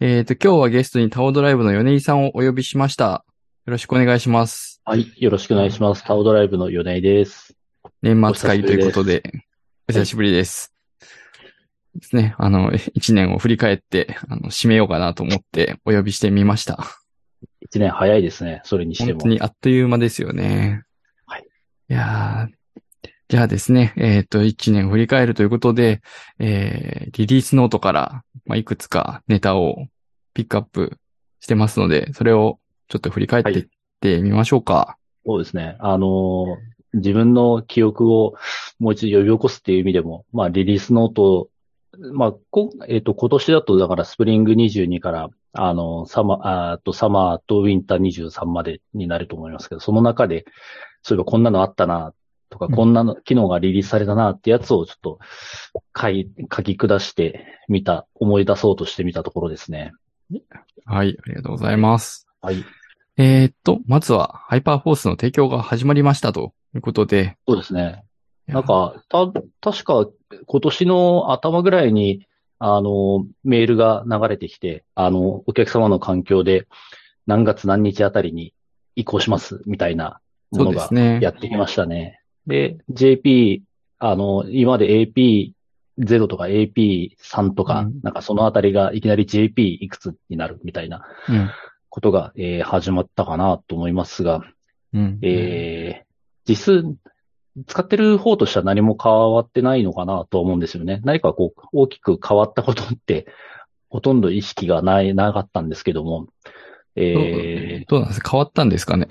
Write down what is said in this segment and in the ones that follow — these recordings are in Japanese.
今日はゲストにタオドライブの米井さんをお呼びしました。よろしくお願いします。 はい。よろしくお願いします。タオドライブの米井です。 年お久し末会というぶりです。 ことで、おはい。 久しぶりです。ですね。一年を振り返って、締めようかなと思ってお呼びしてみました。 一年早いですね。それにしても。 本当にあっという間ですよね。 はい。 いやー、じゃあですね、一年を振り返るということで、リリースノートから、いくつかネタをピックアップしてますので、それをちょっと振り返っていっはい。 てみましょうか。 そうですね。自分の記憶をもう一度呼び起こすっていう意味でも、まあ、リリースノート、まあ、今年だと、だからスプリング22から、サマーとウィンター23までになると思いますけど、その中で、そういえばこんなのあったな、とか、 うん。 こんなの機能がリリースされたなってやつをちょっと書き下してみた、思い出そうとしてみたところですね。 はい、ありがとうございはい。 ます。 はい。 まずは、ハイパーフォースの提供が始まりましたということで、 そうですね。 いや、 なんか、確か今年の頭ぐらいに、メールが流れてきて、お客様の環境で何月何日あたりに移行しますみたいなそうものがですね。 やってきましたね。で、JP、今まで AP0 とか AP3 とか、 うん、 なんかそのあたりがいきなり JP いくつになるみたいなうん、 ことが、始まったかなと思いますが、 うん、うん。 実数使ってる方としては何も変わってないのかなと思うんですよね。何かこう、大きく変わったことってほとんど意識がなかったんですけども、 どう、 えどうなんですか？変わったんですかね？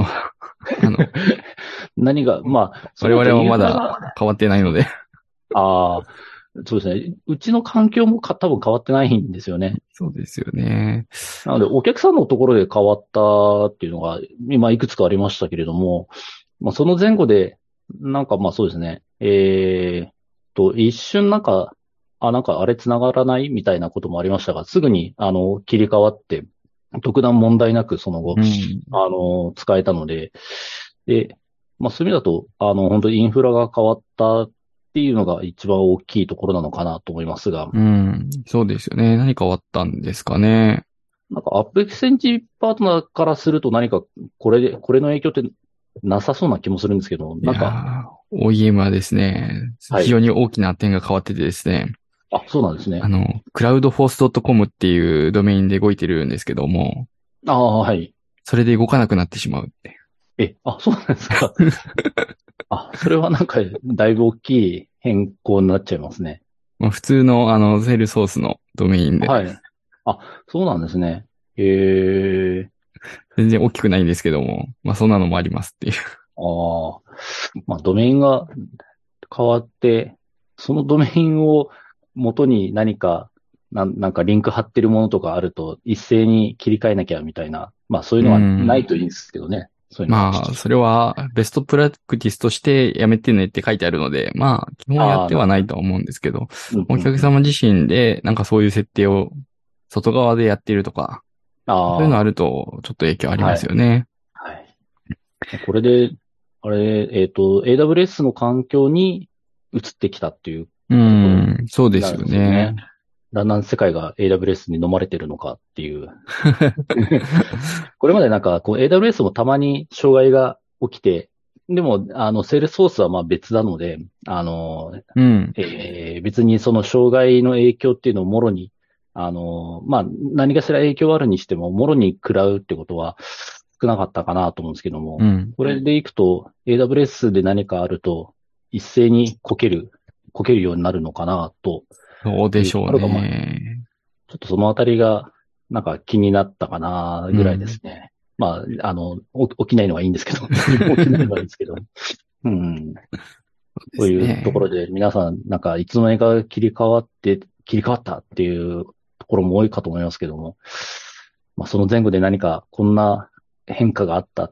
何が、まあ、そ我々 れだとインはまだフラが、 変わってないので。 ああ、そうですね。うちの環境も多分変わってないんですよね。 そうですよね。 なので、お客さんのところで変わったっていうのが、今いくつかありましたけれども、まあ、その前後で、なんかまあそうですね。一瞬なんか、なんかあれ繋がらないみたいなこともありましたが、すぐに、切り替わって、特段問題なくその後、 うん。 使えたので、で、まあそういう意味だと、本当にインフラが変わったっていうのが一番大きいところなのかなと思いますが、 うん。そうですよね。何変わったんですかね。 なんかアップエキセンジパートナーからすると何かこれの影響ってなさそうな気もするんですけど、 いなんか、 やー、OEM はですね、 はい。 非常に大きな点が変わっててですね、 あ、そうなんですね。 cloudforce.com っていうドメインで動いてるんですけども、 ああ、はい。 それで動かなくなってしまうって。 そうなんですか。それはなんか、だいぶ大きい変更になっちゃいますね。 まあ、普通のセールソースのドメインで、 はい。あ、そうなんですね。ええ、 全然大きくないんですけども、まあそんなのもありますっていう。 ああ、まあ、ドメインが変わって、そのドメインを元に何か、なんかリンク貼ってるものとかあると、一斉に切り替えなきゃみたいな、まあそういううのはないん。 といいんですけどね。そういうのが。 まあ、それはベストプラクティスとしてやめてねって書いてあるので、まあ、基本やっああ、 てはななるほどね。 いとは思うんですけど、 うん、うん、 お客うん。 様自身でなんかそういう設定を外側でやっているとか、そういうのああるとちょっと影響ありあ、 まはい。 すよね。 はい。これで、AWS の環境に移ってきたっていううところん、そうですよになるんですよね。 ね。 だんだん世界が AWS に飲まれてるのかっていう。これまでなんか、こう AWS もたまに障害が起きて、でも、セールスフォースはまあ別なので、 うん、 別にその障害の影響っていうのをもろに、まあ、何かしら影響あるにしても、もろに食らうってことは少なかったかなと思うんですけども、 うん。 これでいくと、AWS で何かあると、一斉にこけるようになるのかな、というそうでしょうところが、まあ、 ね。 ちょっとそのあたりが、なんか気になったかな、ぐらいでうん。 すね。まあ、起きないのはいいんですけど、何も起きないのはいいんですけど、うん。 そうでというとすね。 ころで、皆さん、なんか、いつの間にか切り替わったっていうところも多いかと思いますけども、まあ、その前後で何かこんな変化があったって、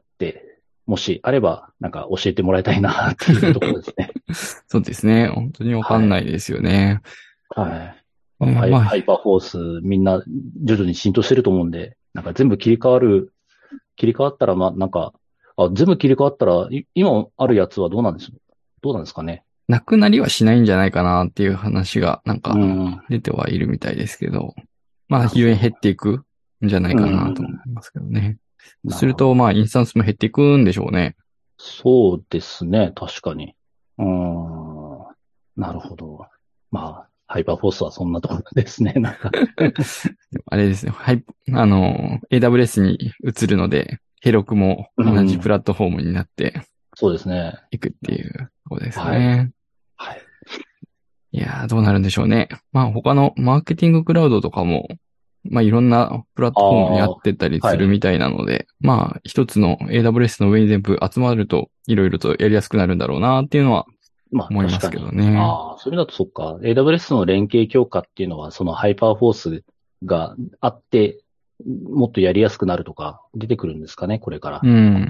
もしあれば、なんか教えてもらいたいなっていうところですね。 そうですね。本当にわかはい。 んないですよね。 はい。まあね、まあ、 ハイパーフォース、みんな徐々に浸透してると思うんで、なんか全部切り替わったら、まあ、なんか、全部切り替わったら、今あるやつはどうなんですかね。 なくなりはしないんじゃないかなっていう話がなんかうん。 出てはいるみたいですけど。 まあ、 なるほど。 非常に減っていくんじゃないかなと思いますけどね。そうすると、 なるほど。 まあ、インスタンスも減っていくんでしょうね。 そうですね。確かに。なるほど。まあ、ハイパーフォースはそんなところですね。なんかあれですね。はい。AWS に移るので、ヘロクもう同じプん。 ラットフォームになってそうですね。 いくっていうところですよはい。 ね。 はい。 いやー、どうなるんでしょうね。まあ、他のマーケティングクラウドとかも、まあ、いろんなプラッあトフォームにああ、 ってたりはい。 するみたいなので、まあ、一つの AWS の上に全部集まると、いろいろとやりやすくなるんだろうなっていうのはまあ、 思いますけど確かに。 ね。 ああ、それだとそっか。AWS の連携強化っていうのは、そのハイパーフォースがあって、もっとやりやすくなるとか、出てくるんですかね、これから。 うん。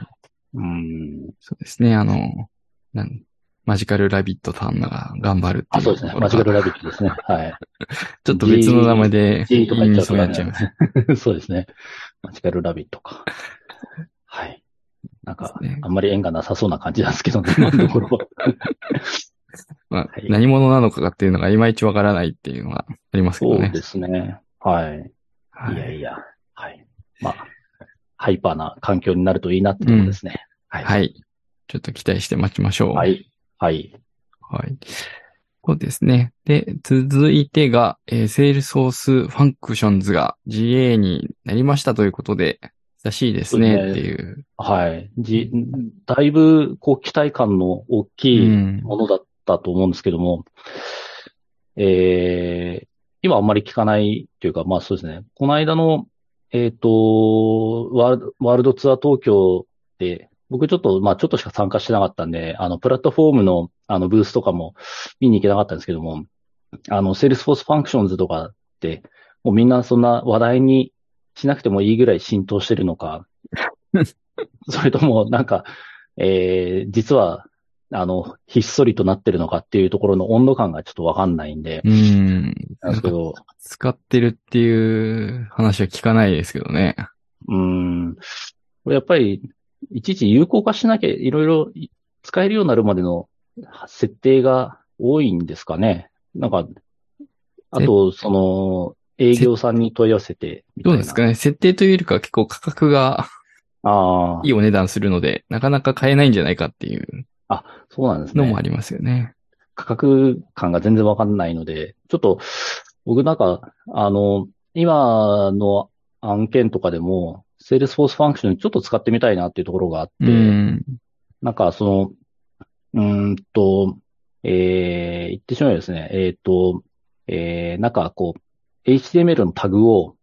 うん。 そうですね。なんマジカルラビットさんが頑張るってあ、 いうそうですね。 ところが、 マジカルラビットですね。はい。 ちょっと別の名前で G とか言っちゃうと言いそうにダメなんですなっちゃいますね。そうですね。マジカルラビットか。はい。なんか、 ね。 あんまり縁がなさそうな感じなんですけどね、今のところ。 まあ、 はい。 何者なのかっていうのがいまいちわからないっていうのがありますけどね。 そうですね。はい。いはい。 やいや。はい。まあ、ハイパーな環境になるといいなってうん。 ところですね。はい。 はい。ちょっと期待して待ちましょう。 はい。はい。 はい。そうですね。で、続いてが、Salesforce Functions が GA になりましたということで、らしいですねってそうですね。 いう。 はい。だいぶ、こう、期待感の大きういん。 ものだったと思うんですけども、今あんまり聞かないというか、まあそうですね。この間の、ワールドツアー東京で、僕ちょっと、まあちょっとしか参加してなかったんで、プラットフォームの、ブースとかも見に行けなかったんですけども、Salesforce Functions とかって、もうみんなそんな話題にしなくてもいいぐらい浸透してるのか、それともなんか、実は、ひっそりとなってるのかっていうところの温度感がちょっとわかんないんで、 うん。 なんでなんか、 すけど、 使ってるっていう話は聞かないですけどね。 うーん、これやっぱり、いちいち有効化しなきゃいろいろ使えるようになるまでの設定が多いんですかね。なんか、あせ、 と、その、営せ、 業さんに問い合わせて、みたいな。 どうですかね。設定というよりかは結構価格があいいお値段するので、なかなか買えないんじゃないかっていうあ、そうなんですね。 のもありますよね。 価格感が全然わかんないので、ちょっと、僕なんか、今の案件とかでも、Salesforce Function ちょっと使ってみたいなっていうところがあっうて、 ん。 なんかその、うーんと、言ってしまえばですね、なんかこう、HTML のタグを、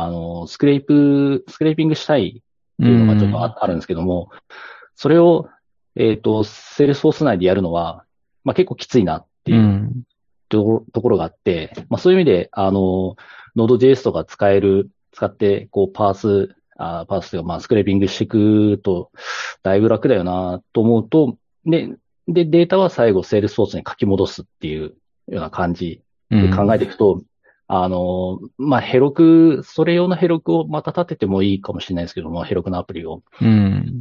スクレーピングしたいっうていうのがちょっとん。 あるんですけども、それを、Salesforce 内でやるのは、まあ結構きついなっていううん。 ところがあって、まあそういう意味で、Node.js とか使って、こう、パースというか、まあ、スクレーピングしていくと、だいぶ楽だよな、と思うと、データは最後、セールスフォースに書き戻すっていうような感じで考えうん。 ていくと、まあ、それ用のヘロクをまた立ててもいいかもしれないですけども、ヘロクのアプリを。 うん。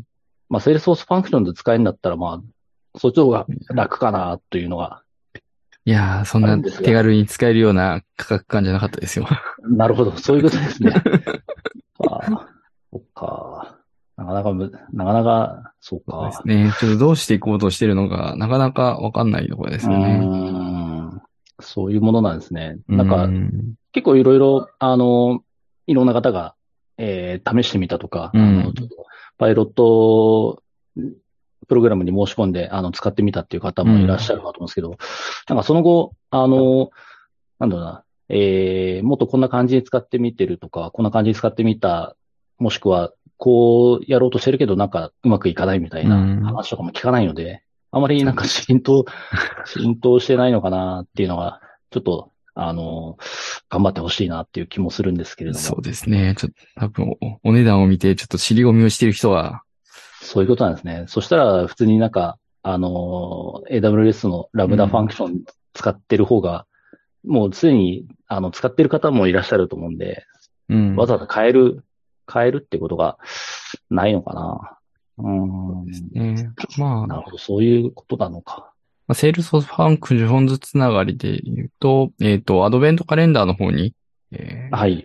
まあ、セールスフォースファンクションで使えるんだったら、まあ、そっちの方が楽かな、というのがいやー、そんあるなんですが。 手軽に使えるような価格感じゃなかったですよ。 なるほど、そういうことですね。ああ、そっか。なかなか、そうそうですか。 ね。ちょっとどうしていこうとしてるのか、なかなかわかんないところでうーすよね。 ん。そういうものなんですね。 うなんか、 ん。 結構いろいろ、いろんな方が、試してみたとか、 うん。 ちょっとパイロットプログラムに申し込んで、使ってみたっていう方うん。 もいらっしゃるかと思うんですけど、なんかその後、なんだろうな、もっとこんな感じに使ってみてるとか、こんな感じに使ってみた、もしくは、こうやろうとしてるけど、なんかうまくいかないみたいうなん。 話とかも聞かないので、あまりなんかそうです。 浸透してないのかなっていうのが、ちょっと、頑張ってほしいなっていう気もするんですけれども、 そうですね。ちょっと多分お値段を見て、ちょっと尻込みをしている人は、 そういうことなんですね。そしたら、普通になんか、AWS のラムダファンうん。 クション使ってる方が、もうすでに、使ってる方もいらっしゃると思うんで、 うん。 わざわざ変えるってことがないのかな。 ですね。まあ、 なるほど、そういうことなのか。 セールスフォースファンクションズつながりで言うと、アドベントカレンダーの方に、 はい。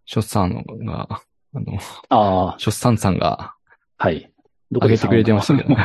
ショッサンが、あの、 ああ、 ショッサンさんがはい。どこで上げてくれてましたけどね。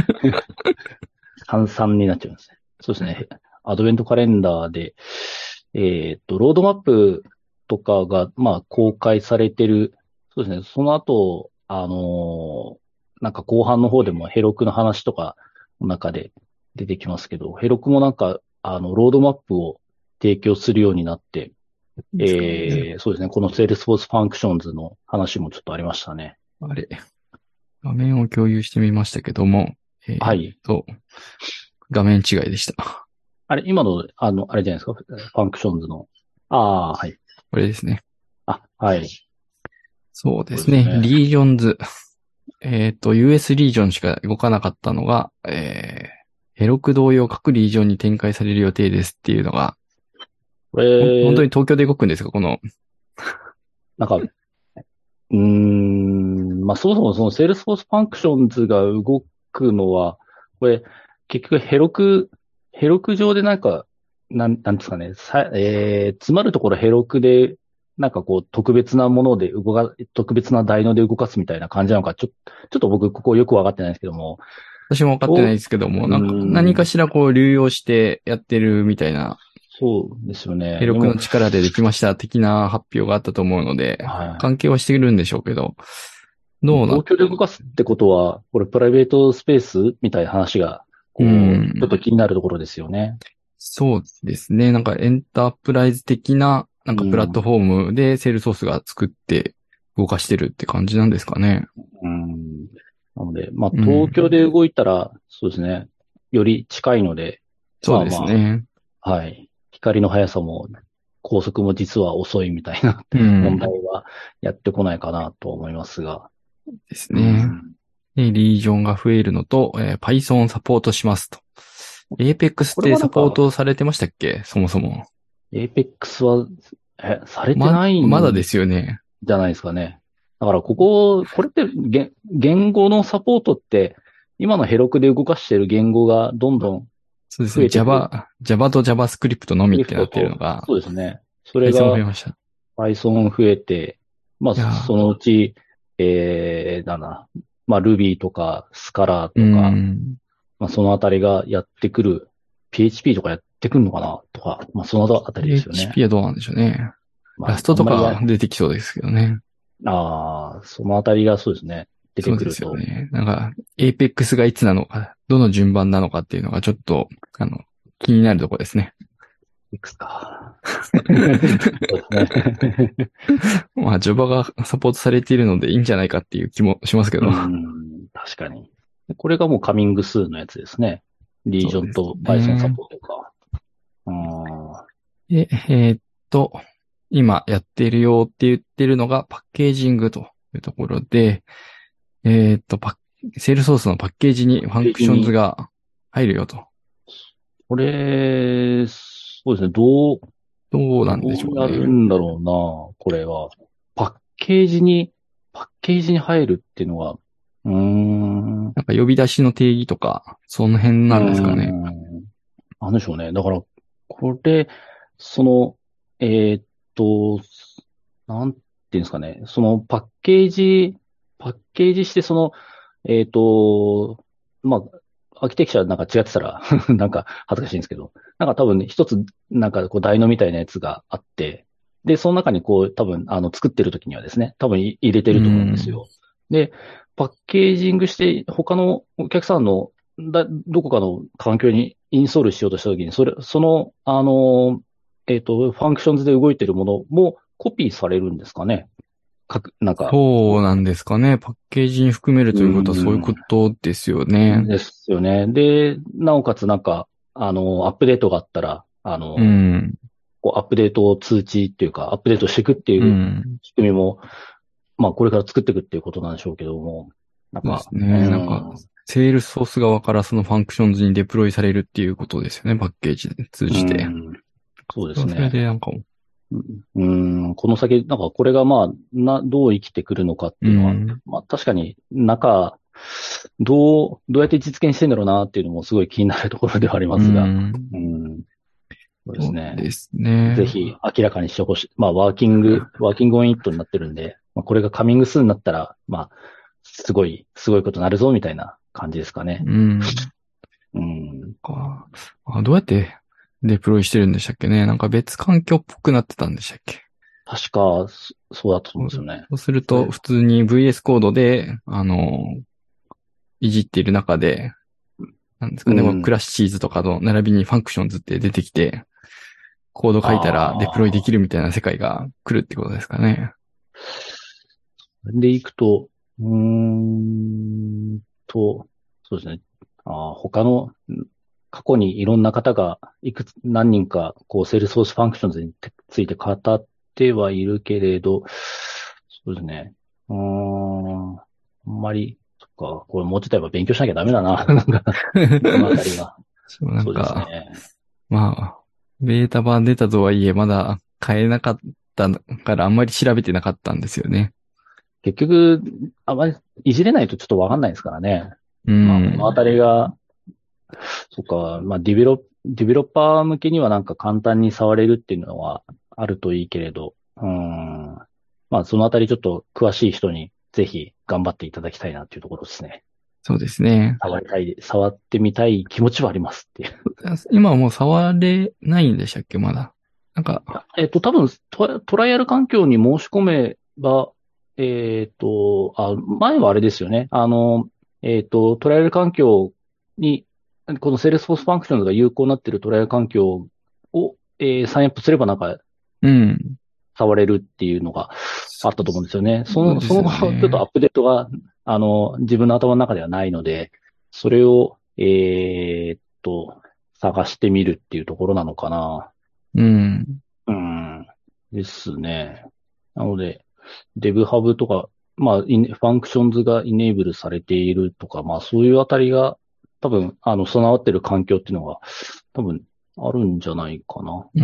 33になっちゃうんですね。そうですね。アドベントカレンダーで、ロードマップとかが、まあ、公開されてる。そうですね。その後、なんか後半の方でもヘロクの話とかの中で出てきますけど、ヘロクもなんか、ロードマップを提供するようになって、 ですかね。 そうですね。この Salesforce Functions の話もちょっとありましたね。 あれ、画面を共有してみましたけども、 はい。 画面違いでした。 あれ、今の、あれじゃないですか。Functions の。ああ、はい。 これですね。 あ、はい。 そうでそうすね。 ですね。 リージョンズ。US リージョンしか動かなかったのが、ヘロク同様各リージョンに展開される予定ですっていうのが、 こ本当れ、 に東京で動くんですかこの、 なんか、まあ、そもそもその Salesforce Functions が動くのは、これ、結局ヘロク上でなんか、なんですかね、詰まるところヘロクで、なんかこう、特別な台ので動かすみたいな感じなのか、ちょっと僕、ここよくわかってないんですけども、 私も分かってないですけども、なんか何かしらこう流用してやってるみたいな、 そうですよね。 ヘロクのでも、 力でできました的な発表があったと思うので、 はい。 関係はしてるんでしょうけど、どうなっ東京で動かすってことは、これプライベートスペースみたいな話が、 うこう、ちょっん、 と気になるところですよね。 そうですね。なんかエンタープライズ的な、なんかプラットうん。 フォームでセールソースが作って動かしてるって感じなんですかね。 うん。なので、まあ、 うん。 東京で動いたら、そうですね。より近いので、 そうでまあますね。 あ、はい。光の速さも、高速も実は遅いみたいなう問題ん。 はやってこないかなと思いますが。 ですうね。 ん。 で、リージョンが増えるのと、Python サポートしますと。Apex っこれはなてサポーんか、 トされてましたっけそもそも。 Apex は、されてないまだでんすよね。 じゃないですかね。だからこれって言語のサポートって、今のヘロクで動かしている言語がどんどんそうですね。 増えてく。 Java と JavaScript のみってな Swift ってるのと、 が、 そうですね。それ Python 増がえました。 Python 増えて、まあ、 いやそのうち、なんだ、まあ、Ruby とか Scala ー、うとか、 ん。 まあ、そのあたりがやってくる、PHP とかやってくるのかなとか、まあ、そのあたりですよね。 PHP はどうなんでしょうね。 まあ、 ラストとあんまりか出てきそうですけどね。 そのあたりがそうですね。出てそうでくると。 すよね。なんか、Apex がいつなのか、どの順番なのかっていうのがちょっと、気になるところですね。 いくつか。そうですね。 まあ、Java がサポートされているのでいいんじゃないかっていう気もしますけど。 確かに。これがもうカミングスーンのやつですね。リーそうですジョンと Python サね。 ポートか。うん。 で、と、今やっているよって言ってるのがパッケージングというところで、セールソースのパッケージにファンクションズが入るよと。 これ、そうですね。どどうなんでしょうやるうね。 んだろうな、これは。パッケージに入るっていうのは、 なんか呼び出しの定義とか、その辺うーなんですかね。 ん、なんでしょうね。だから、これ、その、えーっと、なんていうんですかね。そのパッケージして、えーっと、まあ、アーキテクチャなんか違ってたらなんか恥ずかしいんですけど、なんか多分ね、一つ、なんかこう、台のみたいなやつがあって、で、その中にこう、多分、作ってる時にはですね、多分入れてうると思うんですん。 よ。で、パッケージングして、他のお客さんのどこかの環境にインストールしようとしたときに、ファンクションズで動いているものもコピーされるんですかね。なんか、 そうなんですかね。パッケージに含めるうということはそういうこん、 とですよね。 ですよね。で、なおかつなんか、アップデートがあったら、 うん。 こうアップデート通知っていうか、アップデートしていくってういうん。 仕組みも、まあ、これから作っていくっていうことなんでしょうけども、なんそうでか、 すね。なんか、セールスソース側からそのファンクションズにデプロイされるっていうことですよね。パッケージ通うじて。 ん、そうでそれはそれすね。 でなんか、 この先、なんかこれがまあ、どう生きてくるのかっうていうのは、 ん。 まあ確かにどうやって実現してんだろうなっていうのもすごい気になるところではありうますが、 ん。 うん、 そうですそうね。 ですね。 ぜひ明らかにしてほしい。まあ、ワーキングオンイットになってるんで、まあ、これがカミングスーンになったら、まあ、すごいことになるぞ、みたいな感じですかね。 うん。 うん。 どうやってデプロイしてるんでしたっけね。なんか別環境っぽくなってたんでしたっけ。 確か、そうだと思うんですよね。 そうすると、 それ、 普通に VS コードで、いじっている中で、なんですかね、こうクうん。 ラッシーズとかの並びにファンクションズって出てきて、コード書いたらデプロイできああ、 るみたいな世界が来るってことですかね。 でいくと、うーそうですね。他の、過去にいろんな方が、何人か、こう、セールスフォースファンクションズについて語ってはいるけれど、そうですね。あんまり、そっか、これもうちょっとやっぱ勉強しなきゃダメだな。なんか、このあたりは。 そうなんそうですか、 ね。 まあ、ベータ版出たとはいえ、まだ買えなかったからあんまり調べてなかったんですよね。 結局、あまりいじれないとちょっとわかんないですからね。 うまあ、このあん。 たりが、そっか、まあ、ディベロッパー向けにはなんか簡単に触れるっていうのはあるといいけれど、まあ、そのあたりちょっと詳しい人にぜひ頑張っていただきたいなっていうところですね。 そうですね。 触ってみたい気持ちはありますっていう。 今はもう触れないんでしたっけ、まだ。なんか、 多分トライアル環境に申し込めば、前はあれですよね。トライアル環境に、この Salesforce Functions が有効になっているトライアル環境を、サインアップすればなんかうん。 触れるっていうのがあったと思うんですよね。 そうですよその後、ちょっとね。 アップデートが、自分の頭の中ではないので、それを、探してみるっていうところなのかな。 うん。 うん。ですね。なので、デブハブとか、まあ、ファンクションズがイネーブルされているとか、まあ、そういうあたりが、多分、備わっている環境っていうのが、多分、あるんじゃないかな。 うん。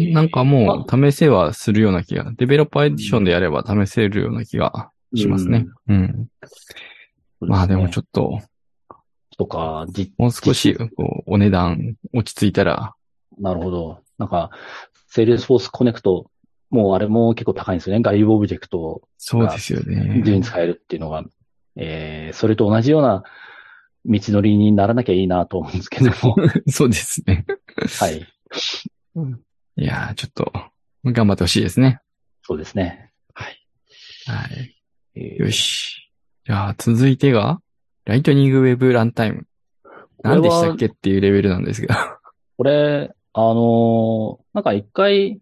なんかもまあ、 う試せはするような気が、デベロッパーエディションうん、 でやれば試せるような気がうしますね。 ん、 うん。 そうでまあでもちすね。 ょっと、 とか、 もう少し、 実こう、お値段落ち着いたら、 なるほど。なんか、Salesforce Connect、もうあれも結構高いんですよね。外部オブジェクトがそうですよ自由にね。 使えるっていうのが、それと同じような道のりにならなきゃいいなと思うんですけども。 そうですね。 はい。 うん。いやー、ちょっと、頑張ってほしいですね。 そうですね。はい。 はい。よえーし。じゃあ、続いてが、ライトニングウェブランタイム。何でしたっこれは、 けっていうレベルなんですが。 これ、なんか一回、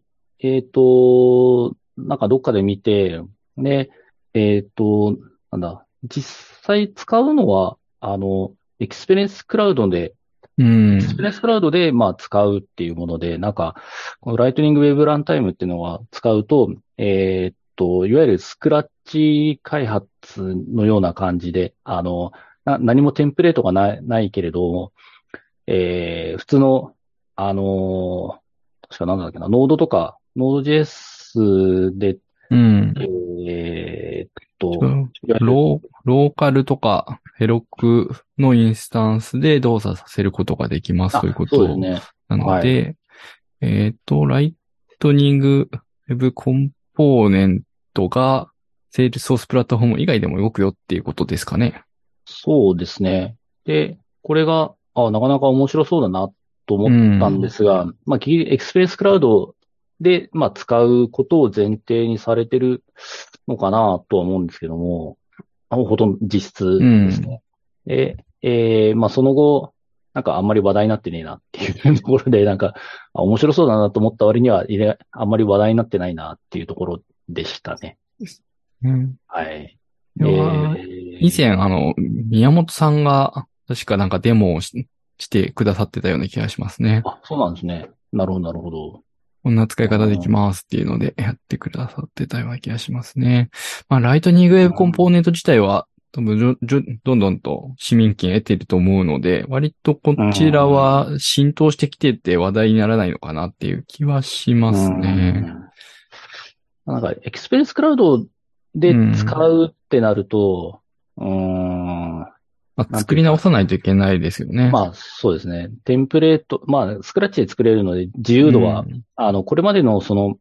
なんかどっかで見て、で、なんだ、実際使うのは、エクスペリエンスクラウドで、 うエクスペリエん。 ンスクラウドで、まあ、使うっていうもので、なんか、このライトニングウェブランタイムっていうのは使うと、いわゆるスクラッチ開発のような感じで、何もテンプレートがないけれど、普通の、確かなんだっけな、ノードとか、ノード JS で、 うん。 えーっちょいわゆる、 ローカルとかヘロクのインスタンスで動作させることができますということそうですね。 なのはい。 で、ライトニングウェブコンポーネントがセールスソースプラットフォーム以外でも動くよっていうことですかね。 そうですね。で、これが、なかなか面白そうだなと思うったんでん。 すが、まあ、エクスプレスクラウドで、まあ、使うことを前提にされてるのかなとは思うんですけども、ほとんど実質ですうん。 ね。で、まあ、その後、なんかあんまり話題になってねえなっていうところで、なんか、面白そうだなと思った割には、あんまり話題になってないなっていうところでしたね。 うん。 はい。 では、以前、宮本さんが、確かなんかデモをしてくださってたような気がしますね。 そうなんですね。なるほど、なるほど。 こんな使い方できますっていうのでやってくださってたような気がしますね。まあ、ライトニングウェブコンポーネント自体は、多分どんどんと市民権得てると思うので、割とこちらは浸透してきてて話題にならないのかなっていう気はしうますね。 ん。なんか、エクスペリエンスクラウドうで使ん。 うってなると、うん。 まあ、作りなんていうか、 直さないといけないですよね。 まあ、そうですね。テンプレート、まあ、スクラッチで作れるので、自由う度は、 ん。 これまでの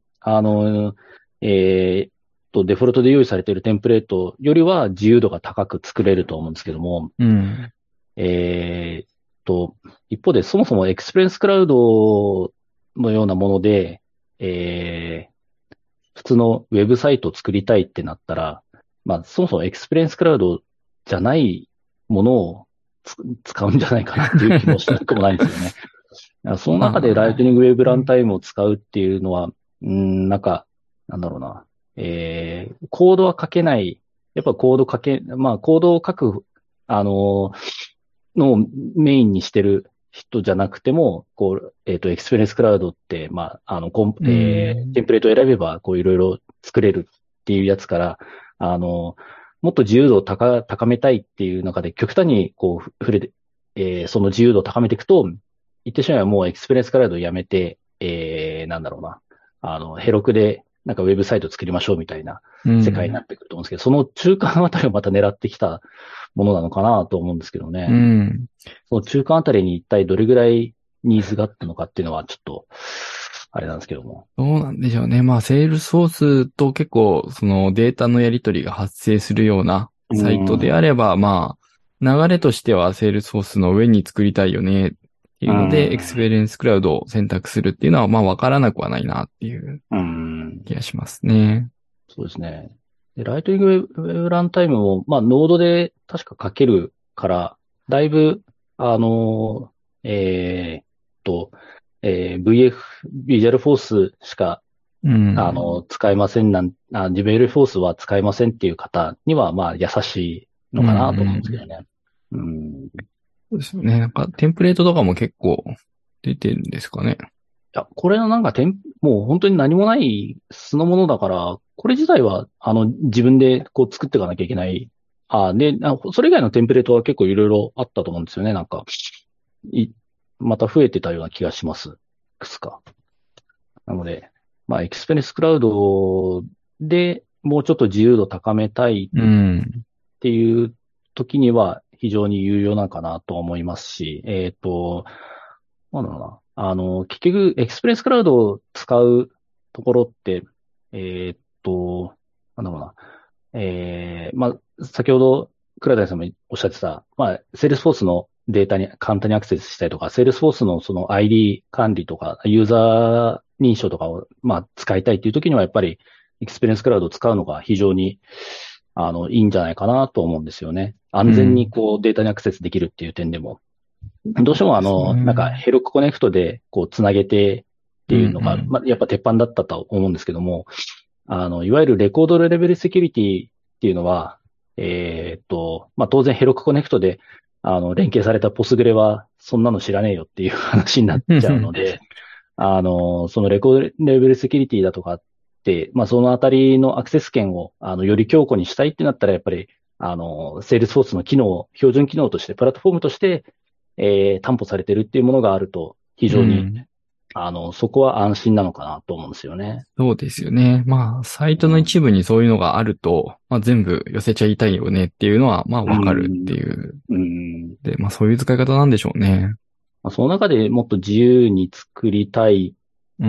えーっデフォルトで用意されているテンプレートよりは自由度が高く作れると思うんですけども、 うん。 えーっと、一方で、そもそもエクスペリエンスクラウドのようなもので、普通のウェブサイトを作りたいってなったら、まあ、そもそもエクスペリエンスクラウドじゃないものを使うんじゃないかなっていう気もしなくもないんですよね。そのま中でライトニングウェブランあ、 タイムを使うっていうのは、なんか、なんだろうな。コードは書けない。やっぱコード書け、まあ、コードを書く、のをメインにしてる人じゃなくても、こう、エクスペリエンスクラウドって、まあ、 うん。 テンプレートを選べば、こう、いろいろ作れるっていうやつから、もっと自由度を高めたいっていう中で、極端に、こう、触れて、その自由度を高めていくと、言ってしまえばもうエクスペリエンスクラウドをやめて、なんだろうな。ヘロクで、なんかウェブサイト作りましょうみたいなう世界になん。 ってくると思うんですけど、その中間あたりをまた狙ってきたものなのかなと思うんですけどうね。 ん。 その中間あたりに一体どれぐらいニーズがあったのかっていうのはちょっと、あれなんですけども。 どうなんでしょうね。まあ、セールスソースと結構、そのデータのやり取りが発生するようなうサイトでん。 あれば、まあ、流れとしてはセールスソースの上に作りたいよねっていううので、エクスペん。 リエンスクラウドを選択するっていうのは、まあ、わからなくはないなっていううん。 気がしますね。 そうですね。で、ライトニングウェブランタイムも、まあ、ノードで確か書けるから、だいぶ、あの、えーっと、ビジュアルフォースしか、 うん。 使えませんビジュアルフォースは使えませんっていう方には、まあ、優しいうん。 のかなと思うんうん。 ですけどね。うん。 そうですよね。なんか、テンプレートとかも結構出てるんですかね。 や、これのなんかもう本当に何もない素のものだから、これ自体は、自分でこう作っていかなきゃいけない。それ以外のテンプレートは結構いろいろあったと思うんですよね。なんか、い、また増えてたような気がします。いくつか。なので、まあ、エクスペリエンスクラウドでもうちょっと自由度高めたいうん。 っていう時には非常に有用なのかなと思いますし、なんだろうな。結局、エクスプレスクラウドを使うところって、えーっと、なんだろうな。まあ、先ほど、倉谷さんもおっしゃってた、まあ、セールスフォースのデータに簡単にアクセスしたりとか、セールスフォースのその ID 管理とか、ユーザー認証とかを、まあ、使いたいっていう時には、やっぱり、エクスペリエンスクラウドを使うのが非常に、いいんじゃないかなと思うんですよね。安全にうん。 こうデータにアクセスできるっていう点でも。どうしてもですなんかね。 ヘロクコネクトでこうつなげてってうん。 いうのが、 うん。 まあ、やっぱ鉄板だったと思うんですけども、いわゆるレコードレベルセキュリティっていうのは、まあ、当然ヘロクコネクトで、連携されたポスグレはそんなの知らねえよっていう話になっちゃうので、そのレコードレベルセキュリティだとかって、まあ、そのあたりのアクセス権を、より強固にしたいってなったら、やっぱり、セールスフォースの標準機能として、プラットフォームとして、担保されてるっていうものがあると、非う常に、 ん。 そこは安心なのかなと思うんですよね。 そうですよね。まあ、サイトのうん。 一部にそういうのがあると、まあ全部寄せちゃいたいよねっていうのは、まあうわかるってん。 いう。 うん。 で、まあそういう使い方なんでしょうね。 まあ、その中でもっと自由に作りたいうん。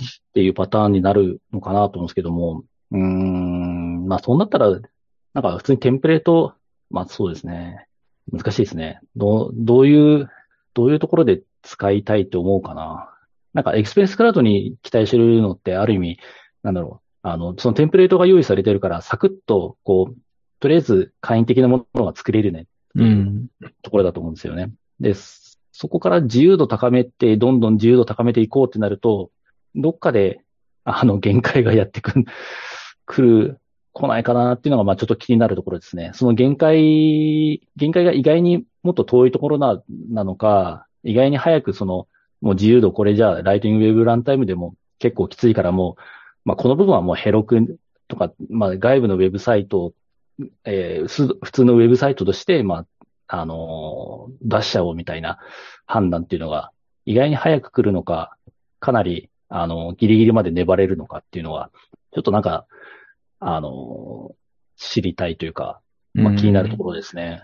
っていうパターンになるのかなと思うんですけども、まあそうなったら、なんか普通にテンプレート、まあそうですね。難しいですね。どういうところで使いたいと思うかな。なんかエクスペリエンスクラウドに期待してるのってある意味、なんだろう。そのテンプレートが用意されてるから、サクッと、こう、とりあえず簡易的なものが作れるねっていううん。 ところだと思うんですよね。で、そこから自由度高めて、どんどん自由度高めていこうってなると、どっかで、限界がやって来る、来ないかなっていうのが、まあちょっと気になるところですね。その限界が意外にもっと遠いところなのか、意外に早くもう自由度これじゃあ、ライトニングウェブランタイムでも結構きついからもう、まあこの部分はもうヘロクとか、まあ外部のウェブサイト、普通のウェブサイトとして、まあ、出しちゃおうみたいな判断っていうのが、意外に早く来るのか、かなり、ギリギリまで粘れるのかっていうのは、ちょっとなんか、あの、知りたいというか、 うまあ気になるとこん。 ろですね。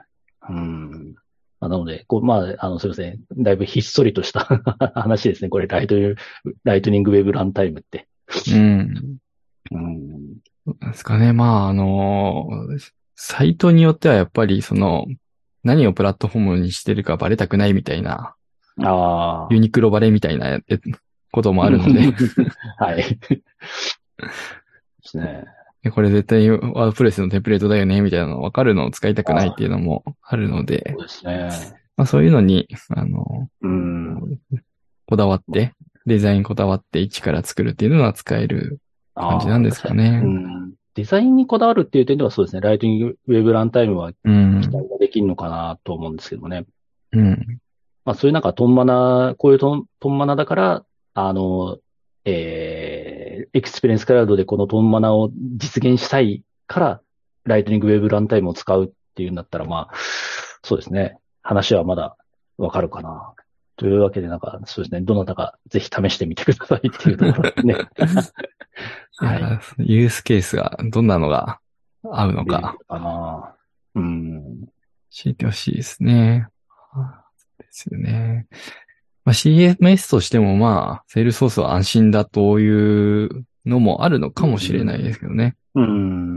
うん。なので、すいません。だいぶひっそりとした話ですね。これ、ライトニングウェブランタイムって。 うん。 うん。 なんですかね。まあ、サイトによってはやっぱり何をプラットフォームにしてるかバレたくないみたいな、 ああ。 ユニクロバレみたいなこともあるので、 はい。ですね。 これ絶対ワードプレスのテンプレートだよね、みたいなの分かるのを使いたくないっていうのもあるので、 そうですね。 まあそういうのに、 うん。 こだわって、デザインこだわって一から作るっていうのは使える感じなああ、 んです確かに。うかね。 ん。デザインにこだわるっていう点ではそうですね。ライトニングウェブランタイムはうん。 期待ができるのかなと思うんですけどもね。 うん。 まあそういうなんかこういうトンマナだから、エクスペリエンスクラウドでこのトンマナを実現したいから、ライトニングウェブランタイムを使うっていうんだったら、まあ、そうですね。話はまだわかるかな。というわけで、なんか、そうですね。どなたかぜひ試してみてくださいっていうところですね。はい。 いや、ユースケースがどんなのが合うのか出てくるかな。うん。 教えてほしいですね。ですよね。まあ、CMS としてもまあ、セールソースは安心だというのもあるのかもしれないですけどね。 うん。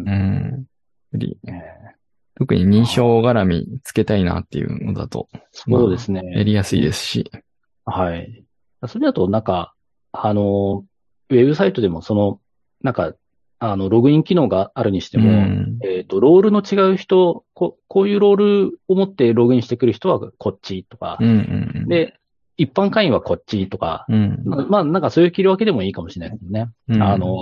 うん。やっぱりね特に認証絡みつけたいなっていうのだと、まあ、 そうですね。 やりやすいですし。 はい。それだと、なんか、ウェブサイトでもなんか、ログイン機能があるにしてうも、 ん。 ロールの違う人、こういうロールを持ってログインしてくる人はこっちとか、 うん。 で、一般会員はこっちとか、 うん。 まあ、なんかそういう切り分けでもいいかもしれないですね。 うん。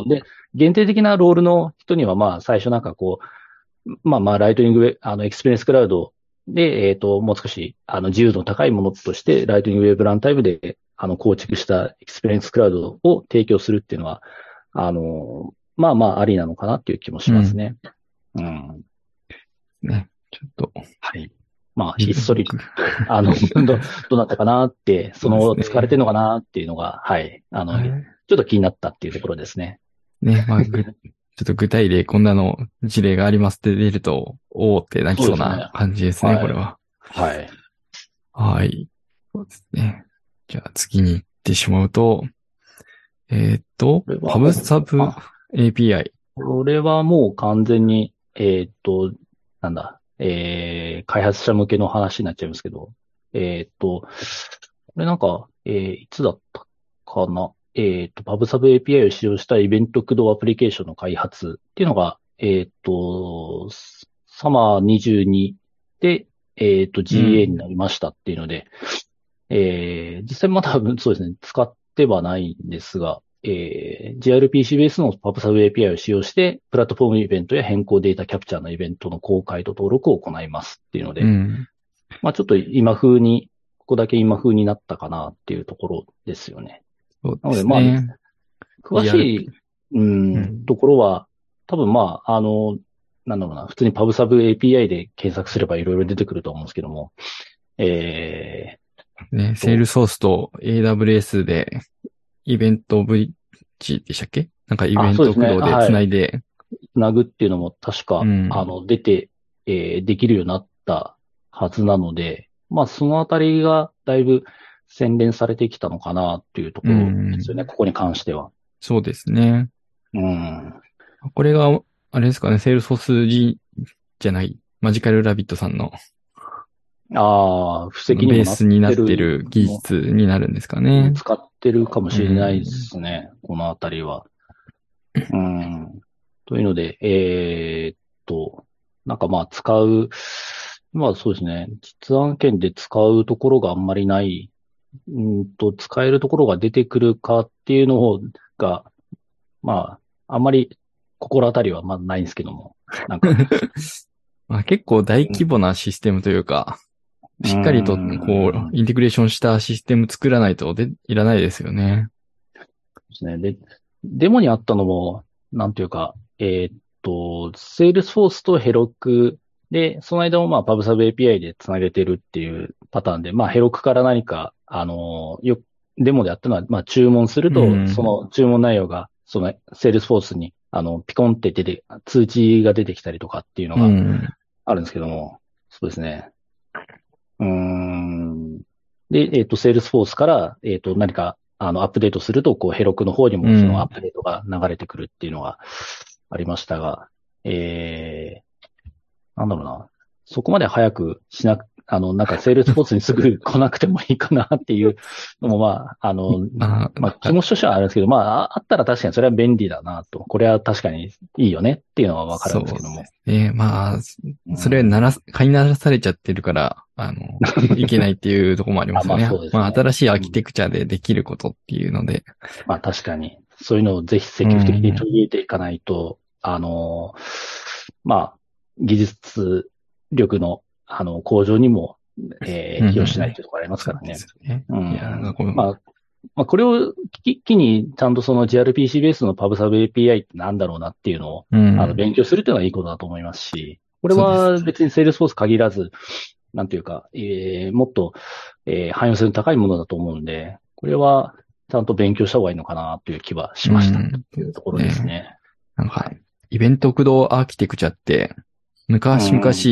で、限定的なロールの人には、まあ、最初なんかライトニングウェ、エクスペリエンスクラウドで、もう少し、自由度の高いものとして、ライトニングウェブランタイムで、構築したエクスペリエンスクラウドを提供するっていうのは、ありなのかなっていう気もしうん。 ますね。うん。 ね。ちょっと、 はい。まあ、ひっそりぐと、どうなったかなって、 そうです使われてるね。 のかなっていうのが、はい。 はい。 ちょっと気になったっていうところですね。 ね。まあ、ちょっと具体例こんなの事例がありますって出ると、おーってなりそうそうですね。 な感じですね、こはい。 れは。 はい。 はい。そうですね。じゃあ次に行ってしまうと、 これは、 パブサブあ、 API。 これはもう完全に、なんだ、開発者向けの話になっちゃいますけど、これなんか、いつだったかな。パブサブ API を使用したイベント駆動アプリケーションの開発っていうのが、サマー22で、 う GA にん。 なりましたっていうので、実際まだそうですね、使ってはないんですが、gRPC ベースの PubSub API を使用して、プラットフォームイベントや変更データキャプチャーのイベントの公開と登録を行いますっていうので、 うん。 まあちょっとここだけ今風になったかなっていうところですよね。 そうでなのでまあ、 すね。 詳し ERP。 い、 うん。 ところは、多分なんだろうな、普通に PubSub API で検索すればいろいろ出てくると思うんですけども、えね、セールと、 ソースと AWS でイベントブリッジでしたっけなんかイベントそうですね。 駆動でつはい。 ないで、 つなぐっていうのも確うか、 ん。 できるようになったはずなので、まあ、そのあたりがだいぶ洗練されてきたのかなっていうとうころですよね。 ん。 ここに関しては。 そうですね。 うん。 これが、あれですかね、セールソース G じゃない、マジカルラビットさんのああ、布石にもなっベースになてるってる技の、 術になるんですかね。 使ってるかもうしれないでん。 すね。このあたりは。うん。というので、なんかまあ使う、まあそうですね。実案件で使うところがあんまりない、使えるところが出てくるかっていうのが、まあ、あんまり心当たりはまだないんですけども。なんか、 まあ、結構大規模なシステムというか、 うしっかりとん、 インテグレーションしたシステム作らないといらないですよね。 ですね。で、デモにあったのも、なんていうか、セールスフォースとヘロクで、その間もまあ PubSub API でつなげてるっていうパターンで、まあヘロクから何か、デモであったのは、まあ注文するうと、そん。 の注文内容が、そのセールスフォースに、ピコンって通知が出てきたりとかっていうのがうん。 あるんですけども、そうですね。 うーん。で、セールスフォースから、何か、アップデートすると、こう、ヘロクの方にもそのアップデートが流れてくるっていうのがありましたが、なんだろうな。そこまで早くしなく、なんかセールスフォースにすぐ来なくてもいいかなっていうのも、気持ちとしてはあるんですけど、あったら確かにそれは便利だなと。これは確かにいいよねっていうのはわかるんですけども。 それ飼いならされちゃってるから、いけないっていうところもありますよね。 そうですね。 新しいアーキテクチャでできることっていうので。 確かに。そういうのをぜひ積極的に取り入れていかないと、技術力の、向上にも、寄与しないというところありますからね。 そうですね。 これを機に、ちゃんとその gRPC ベースの PubSub API ってなんだろうなっていうのを、勉強するっていうのはいいことだと思いますし、これは別に Salesforce 限らず、なんていうか、もっと、汎用性の高いものだと思うんで、これはちゃんと勉強した方がいいのかなという気はしました。というところですね。 イベント駆動アーキテクチャって、昔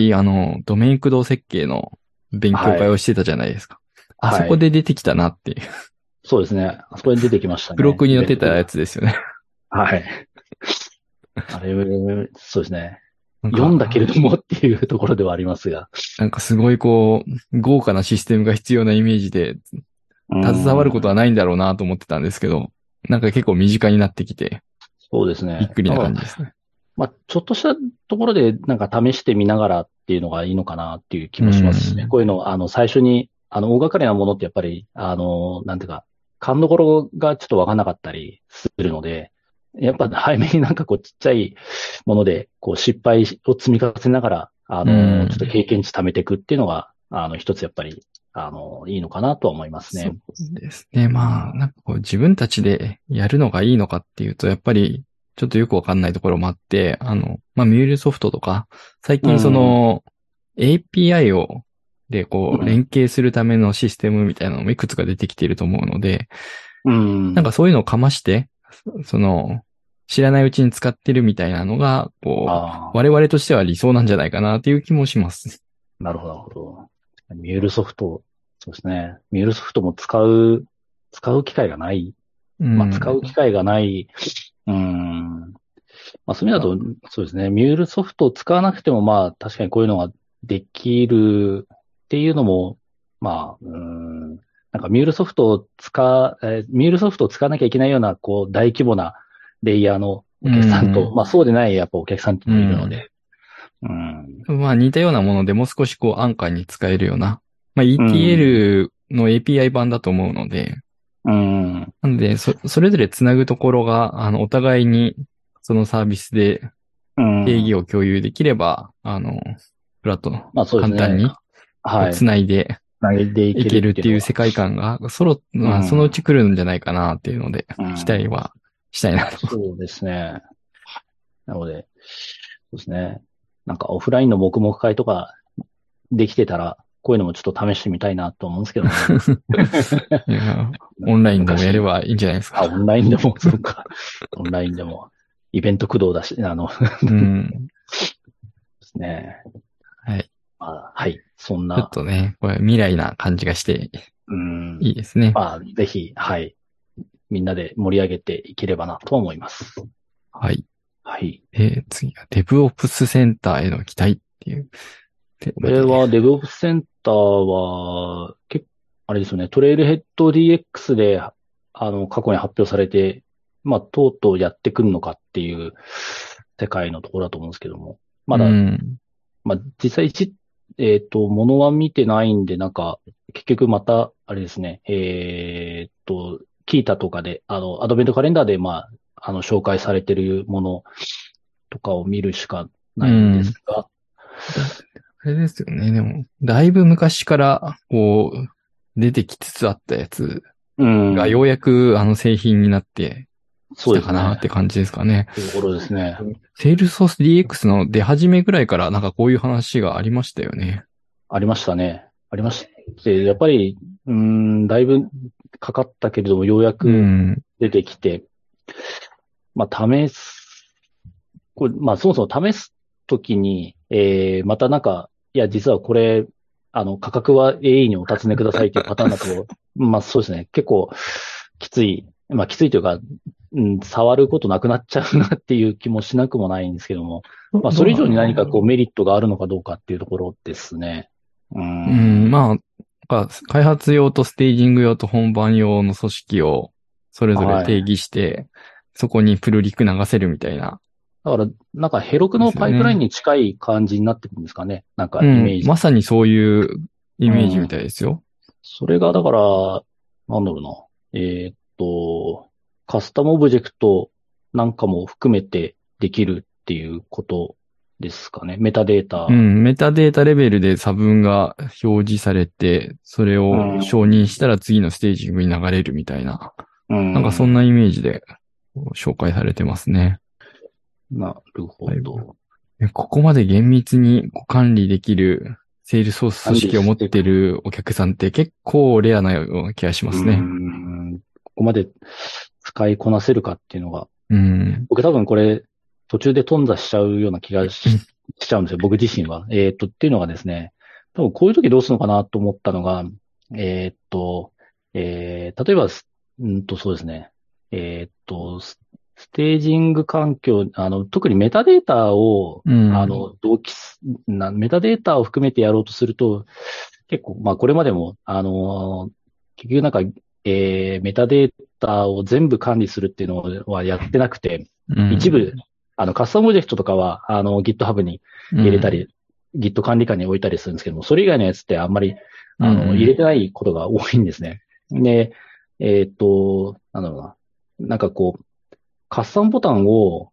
々、ドメイン駆動設計の勉強会をしてたじゃないですか。あそこで出てきたなっていう。 そうですね。あそこで出てきましたね。 ブロックに載ってたやつですよね。 はい。あれ、そうですね。読んだけれどもっていうところではありますが。 なんかすごい豪華なシステムが必要なイメージで、携わることはないんだろうなと思ってたんですけど、なんか結構身近になってきて。 そうですね。 びっくりな感じですね。 ちょっとしたところでなんか試してみながらっていうのがいいのかなっていう気もしますしね。こういうの、最初に、大掛かりなものってやっぱり、なんていうか、勘どころがちょっとわかんなかったりするので、やっぱ早めになんかこうちっちゃいもので、こう失敗を積み重ねながら、ちょっと経験値貯めていくっていうのが、一つやっぱり、いいのかなとは思いますね。 そうですね。なんかこう自分たちでやるのがいいのかっていうと、やっぱりちょっとよくわかんないところもあって、ミュールソフトとか、最近その、API でこう、連携するためのシステムみたいなのもいくつか出てきていると思うので、なんかそういうのをかまして、その、知らないうちに使ってるみたいなのが、こう、我々としては理想なんじゃないかなっていう気もします。 なるほど、なるほど。ミュールソフト、そうですね。ミュールソフトも使う機会がない。使う機会がない。そういう意味だと、そうですね。ミュールソフトを使わなくても、確かにこういうのができるっていうのも、なんかミュールソフトをミュールソフトを使わなきゃいけないような、こう、大規模なレイヤーのお客さんと、そうでないやっぱお客さんっていうのもいるので、 似たようなものでもう少しこう安価に使えるような、ETL の API 版だと思うので、なので、それぞれつなぐところが、お互いにそのサービスで定義を共有できれば、フラット、簡単につないでいけるっていう世界観が、そのうち来るんじゃないかなっていうので、期待はしたいなと。 そうですね。なので、そうですね。なんかオフラインの黙々会とかできてたら、こういうのもちょっと試してみたいなと思うんですけどね。 オンラインでもやればいいんじゃないですか。 オンラインでも、そうか。オンラインでも、イベント駆動だし、ですね。 はい。 はい。そんな。 ちょっとね、これ未来な感じがして、いいですね。 ぜひ、はい。みんなで盛り上げていければなと思います。 はい。 はい。 次は DevOps センターへの期待っていう。 これは DevOps センターは、あれですよね、トレイルヘッド DX で、過去に発表されて、とうとうやってくるのかっていう世界のところだと思うんですけども。まだ、実際ものは見てないんで、なんか、結局また、あれですね、キータとかで、アドベントカレンダーで、紹介されてるものとかを見るしかないんですが。 あれですよね。でも、だいぶ昔から、こう、出てきつつあったやつが、ようやく、製品になってきたかなって感じですかね。 そういうところですね。 Salesforce DX の出始めぐらいから、なんかこういう話がありましたよね。 ありましたね。ありました。やっぱり、だいぶかかったけれども、ようやく出てきて、これ、そもそも試すときに、またなんか、いや、実はこれ、 価格は鋭意にお尋ねくださいというパターンだと、まあそうですね、結構きつい、まあきついというか、触ることなくなっちゃうなっていう気もしなくもないんですけども、まあそれ以上に何かこうメリットがあるのかどうかっていうところですね。 まあ、開発用とステージング用と本番用の組織をそれぞれ定義して、そこにプルリク流せるみたいな。 だから、なんかヘロクのパイプラインに近い感じになってるんですかね。なんかイメージ。 まさにそういうイメージみたいですよ。 それがだから、なんだろうな。カスタムオブジェクトなんかも含めてできるっていうことですかね。メタデータ。 メタデータレベルで差分が表示されて、それを承認したら次のステージングに流れるみたいな。なんかそんなイメージで紹介されてますね。 なるほど。 ここまで厳密に管理できるセールソース組織を持ってるお客さんって結構レアなような気がしますね。 ここまで使いこなせるかっていうのが。僕多分これ途中で頓挫しちゃうような気がしちゃうんですよ。僕自身は。っていうのがですね、多分こういう時どうするのかなと思ったのが、例えば、そうですね。ステージング環境、特にメタデータを、メタデータを含めてやろうとすると、結構、まあ、これまでも、結局なんか、メタデータを全部管理するっていうのはやってなくて、一部、カスタムオブジェクトとかは、GitHub に入れたり、Git 管理下に置いたりするんですけども、それ以外のやつってあんまり、入れてないことが多いんですね。で、なんだろうな。なんかこう、カスタムボタンを、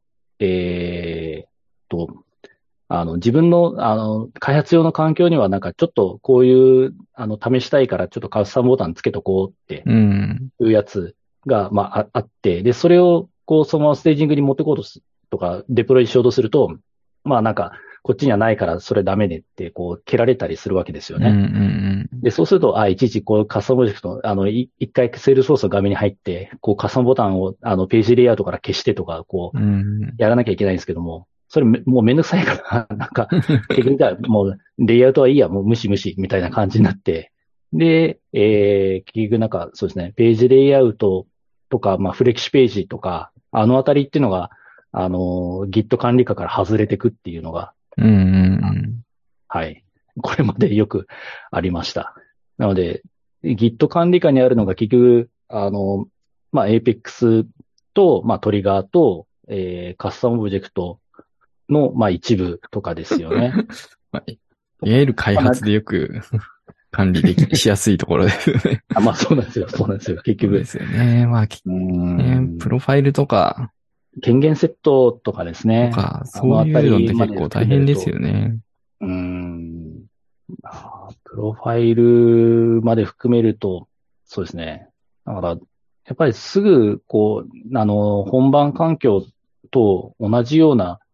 自分の、開発用の環境にはなんかちょっとこういう、試したいからちょっとカスタムボタンつけとこうっていうやつが、まあ、あって、で、それを、こう、そのままステージングに持ってこうとか、デプロイしようとすると、まあなんか、こっちにはないからそれダメねって、こう、蹴られたりするわけですよね。で、そうすると、いちいちこう、カスタムオブジェクト、一回セールソースの画面に入って、こう、カスタムボタンを、ページレイアウトから消してとか、こう、やらなきゃいけないんですけども、それもうめんどくさいから、なんか、結局じゃあもう、レイアウトはいいや、もう無視無視、みたいな感じになって、で、結局なんか、そうですね、ページレイアウトとか、まあ、フレキシページとか、あのあたりっていうのが、Git 管理下から外れてくっていうのが、はい。これまでよくありました。なので、Git 管理下にあるのが結局、まあ、Apex と、まあ、トリガーと、カスタムオブジェクトの、まあ、一部とかですよね。 いわゆる開発でよく管理しやすいところですよね。 まあ、そうなんですよ。そうなんですよ。結局。 ですよね。まあ、プロファイルとか、 権限セットとかですね。 とか、そういうのって結構大変ですよね。 プロファイルまで含めると、そうですね。だから、やっぱりすぐ、こう、本番環境と同じような、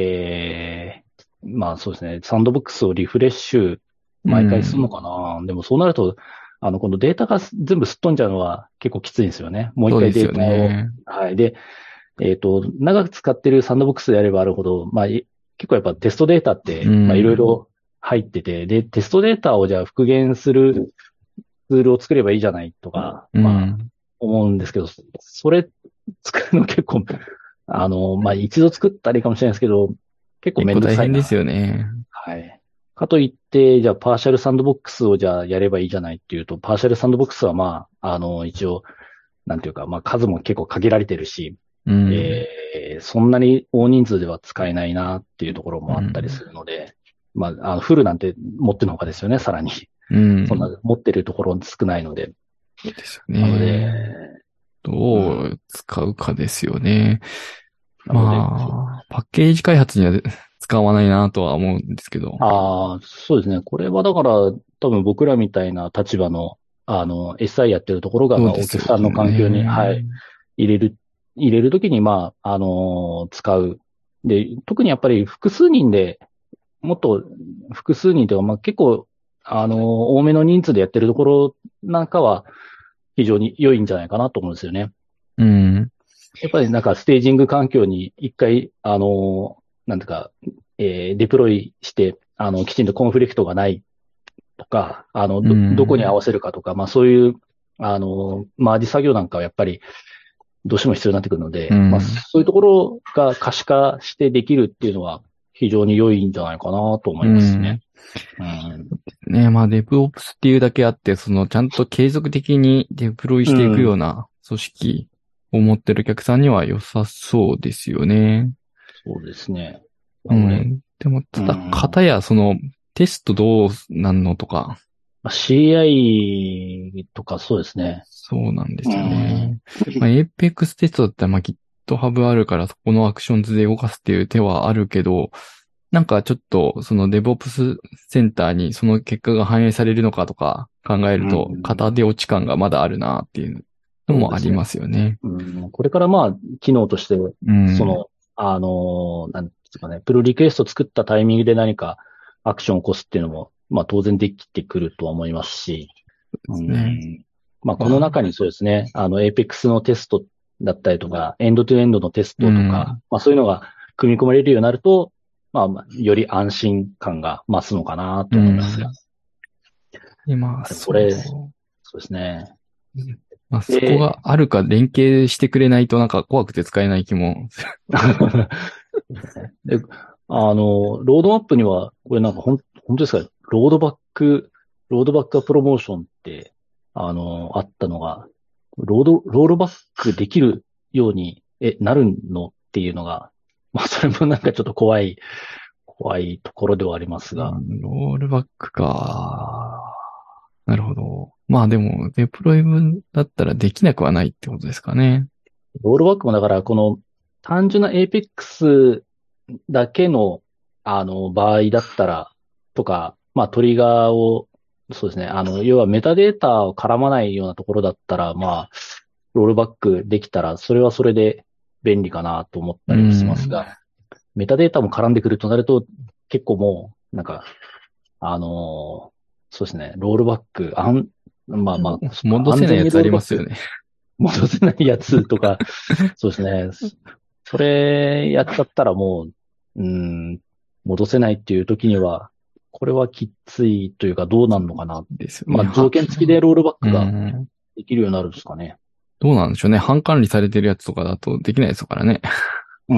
まあそうですね、サンドボックスをリフレッシュ、毎回するのかな。でもそうなると、このデータが全部すっ飛んじゃうのは結構きついんですよね。もう一回データを。はい。で、長く使ってるサンドボックスであればあるほど、まあ、結構やっぱテストデータって、まあいろいろ入ってて、で、テストデータをじゃあ復元するツールを作ればいいじゃないとか、まあ、思うんですけど、それ作るの結構、まあ一度作ったらいいかもしれないですけど、結構めんどくさいな。 大変ですよね。 はい。かといって、じゃあパーシャルサンドボックスをじゃあやればいいじゃないっていうと、パーシャルサンドボックスはまあ、一応、なんていうか、まあ数も結構限られてるし、そんなに大人数では使えないなっていうところもあったりするので、まあ、フルなんて持ってるほかですよね、さらに。そんな持ってるところ少ないので。 ですよね。 なので、 どう使うかですよね。まあ、パッケージ開発には使わないなとは思うんですけど。 そうですね。これはだから、多分僕らみたいな立場の、SI やってるところが、まあ、お客さんの環境に、はい、入れるときに、まあ、使う。で、特にやっぱり複数人で、もっと複数人というか、まあ、結構、多めの人数でやってるところなんかは、非常に良いんじゃないかなと思うんですよね。やっぱりなんかステージング環境に一回、なんていうか、デプロイして、きちんとコンフリクトがないとか、 うどこに合ん。 わせるかとか、まあそういう、マージ作業なんかはやっぱりどうしても必要になってくるので、まあうん。 そういうところが可視化してできるっていうのは非常に良いんじゃないかなと思ういますね。 ん。 うん。 ね、まあ、デブオプスっていうだけあって、ちゃんと継続的にデプロイうしていくようん。 な組織を持ってるお客さんには良さそうですよね。 そうですね。なので、 うん。でも、 うただ、 ん。 片や、テストどうなんのとか、 まあ CI とかそうですね。 そうなんでうすよん。 ね。まあ、Apex テストだったら、まあ、GitHub あるから、そこのアクションズで動かすっていう手はあるけど、なんかちょっと、DevOps センターにその結果が反映されるのかとか考えうると、片ん。 手落ち感がまだあるなっていうのそうですね。 もありますよね。 うん。これからまあ、機能として、 うん。 その、なんですかね、プロリクエスト作ったタイミングで何かアクションを起こすっていうのも、まあ当然できてくるとは思いますし、うね。 ん。まあこのまあ、 中にそうですね、Apex のテストだったりとか、エンドトゥエンドのテスうトとか、 ん。 まあそういうのが組み込まれるようになると、まあ、より安心感が増すのかなうと思いますが。 ん。今、 あ、でもこれ、そそう。 うですね。 まあ、そこで、 があるか連携してくれないとなんか怖くて使えない気も。 で、ロードマップには、これなんか本当ですか？ロードバックプロモーションって、あったのが、ロールバックできるように、なるのっていうのが、まあ、それもなんかちょっと怖いところではありますが、 うん、ロールバックか。なるほど。まあでも、デプロイ分だったらできなくはないってことですかね。 ロールバックもだから、この単純な Apex だけの、場合だったら、とか、まあ、トリガーを、そうですね。要はメタデータを絡まないようなところだったら、まあ、ロールバックできたら、それはそれで便利かなと思っうたりはしますん。 が、メタデータも絡んでくるとなると、結構もう、なんか、あのそうですね。ロールバック、まあまあ、そっか戻せ安全にないやつあロールバックりますよね。 戻せないやつとか、そうですね。それやっちゃったらもう、戻せないっていう時には、これはきついというかどうなんのかな。 ですよね。 まあ条件付きでロールバッうクがん。 できるようになるんですかね。 どうなんでしょうね。半管理されてるやつとかだとできないですからね。 うん。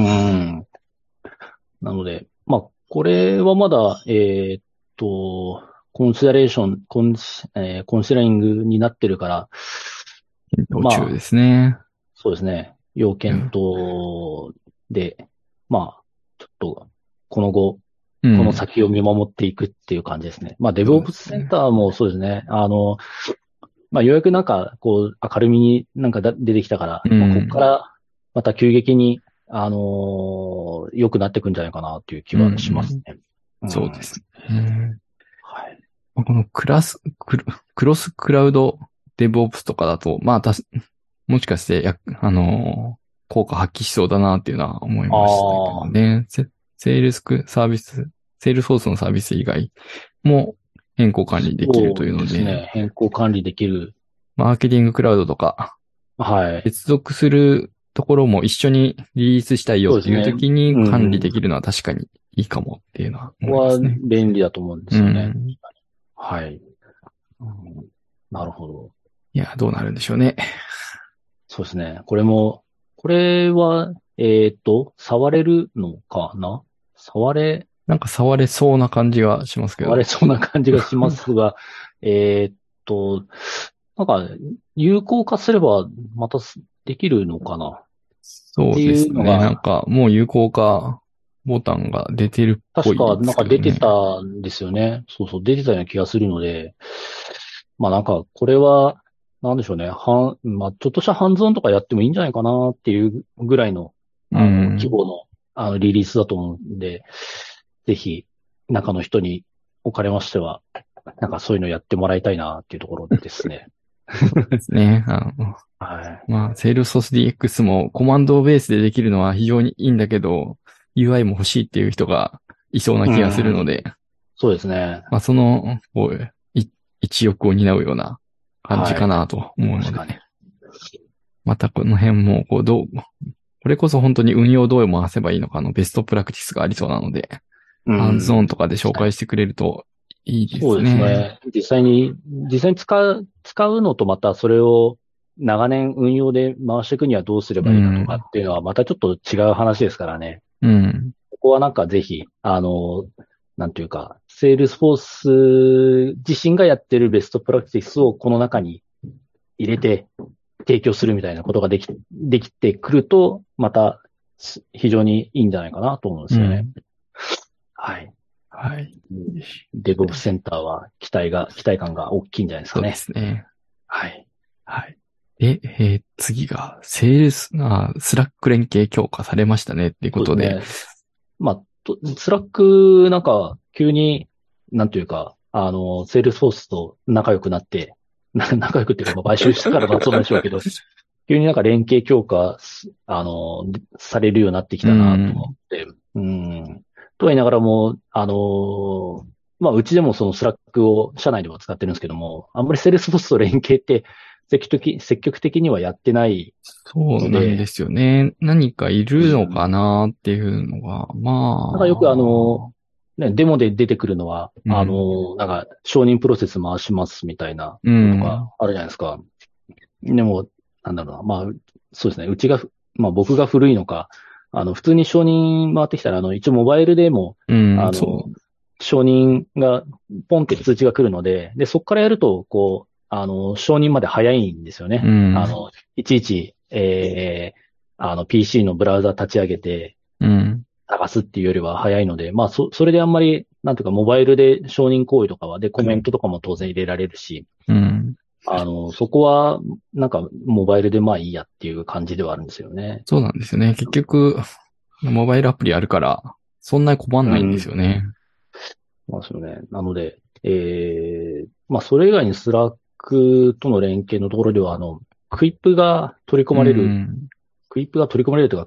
なので、まあ、これはまだ、コンシダレーション、コンシダリングになってるから、まあ、 途中ですね。 そうですね。要検いや、 討で、まあ、ちょっと、この後、このうん。 先を見守っていくっていう感じですね。まあ、デブそうオプスですね。 センターもそうですね。まあ、ようやくなんか、こう、明るみになんか出てきたから、まあ、ここうん。 から、また急激に、良くなっていくんじゃないかなっていう気うん。うはしますん。 ね。うん。 そうですね。 はい。 まあこのクロスクラウドデブオプスとかだと、まあもしかして効果発揮しそうだなっていうのは思いあましたけどあ、 ね。セールスクサービス、セールソースのサービス以外も変更管理できるというそうので、 ですね。変更管理できる。 マーケティングクラウドとかはい。 接続するところも一緒にリリースしたいよっていうそうですね。 時にうん。 管理できるのは確かにいいかもっていうのはここは思いますね。 便利だと思うんでうすよね。 ん。 はい。うん、なるほど。 いや、どうなるんでしょうね。 そうですね。これは、触れるのかな？ なんか触れそうな感じがしますけど。 触れそうな感じがしますが、えーっと、なんか、有効化すれば、またできるのかなっそうでていすね。なんうのが、 かもう有効化ボタンが出てるっぽ確か、 いでなんかすけどね。 出てたんですよね。そうそう、出てたような気がするので、まあなんか、これは、なんでしょうね。まあ、ちょっとしたハンズオンとかやってもいいんじゃないかなっていうぐらいの、 う規ん。 模の、リリースだと思うんで、ぜひ、中の人におかれましては、なんかそういうのやってもらいたいなっていうところですね。 ですね。 はい。 まあ、Salesforce DX もコマンドベースでできるのは非常にいいんだけど、UI も欲しいっていう人がいそうなう気がするのん。 で、 そうですね。 まあ、一翼を担うような感じはい。 かなと思うので、 確かに。 またこの辺も、これこそ本当に運用どう回せばいいのかのベストプラクティスがありそうなので、 うハンズオンん。 とかで紹介してくれるといいでそうですすね。 ね。実際に使うのとまたそれを長年運用で回していくにはどうすれうばいいかとかん。 っていうのはまたちょっと違う話ですからね。 うん。 ここはなんかぜひ、なんていうか、セールスフォース自身がやってるベストプラクティスをこの中に入れて提供するみたいなことができてくると、また非常にいいんじゃないかなと思うんですよね。 うん。 はい。 はい。 デブオプセンターは期待感が大きいんじゃないですそうでかね。 すね。 はい。 はい。で、次が、セールス、スラック連携強化されましたねっていうことで。 そうですね。まあ、スラックなんか急に、なんというか、セールスフォースと仲良くなって、仲良くっていうか、まあ、買収したからまあそうなんでしょうけど、急になんか連携強化されるようになってきうたなと思ん。 って、とは言いながらも、まあ、うちでもそのスラックを社内では使ってるんですけども、あんまりセールスフォースと連携って積極的にはやってないそうので、 なんですよね。何かいるのかなっていうのが、 なんかよくまあ、 ね、デモで出てくるのは、 うん。 なんか承認プロセス回しますみたいなうのとかん。 あるじゃないですか。でも、なんだろうな。まあ、そうですね。まあ僕が古いのか、普通に承認回ってきたら、一応モバイルでも、 うん。 あの、 そ承認が、ポンって通知が来るので、で、そこからやると、こう、承認まで早いんですよう。うね。 ん。 いちいち、PC のブラウザ立ち上げて、 うん。 探すっていうよりは早いので、まあ、それであんまり、なんていうか、モバイルで承認行為とかは、で、コメントとかも当然入れられるし、 うん。 そこは、なんか、モバイルでまあいいやっていう感じではあるんですよね。 そうなんですよね。結局、モバイルアプリあるから、そんなに困んないんですうん。 よね。 まあ、そうね。なので、まあ、それ以外にスラックとの連携のところでは、クイップが取り込うまれる、 ん。 クイップが取り込まれるというか、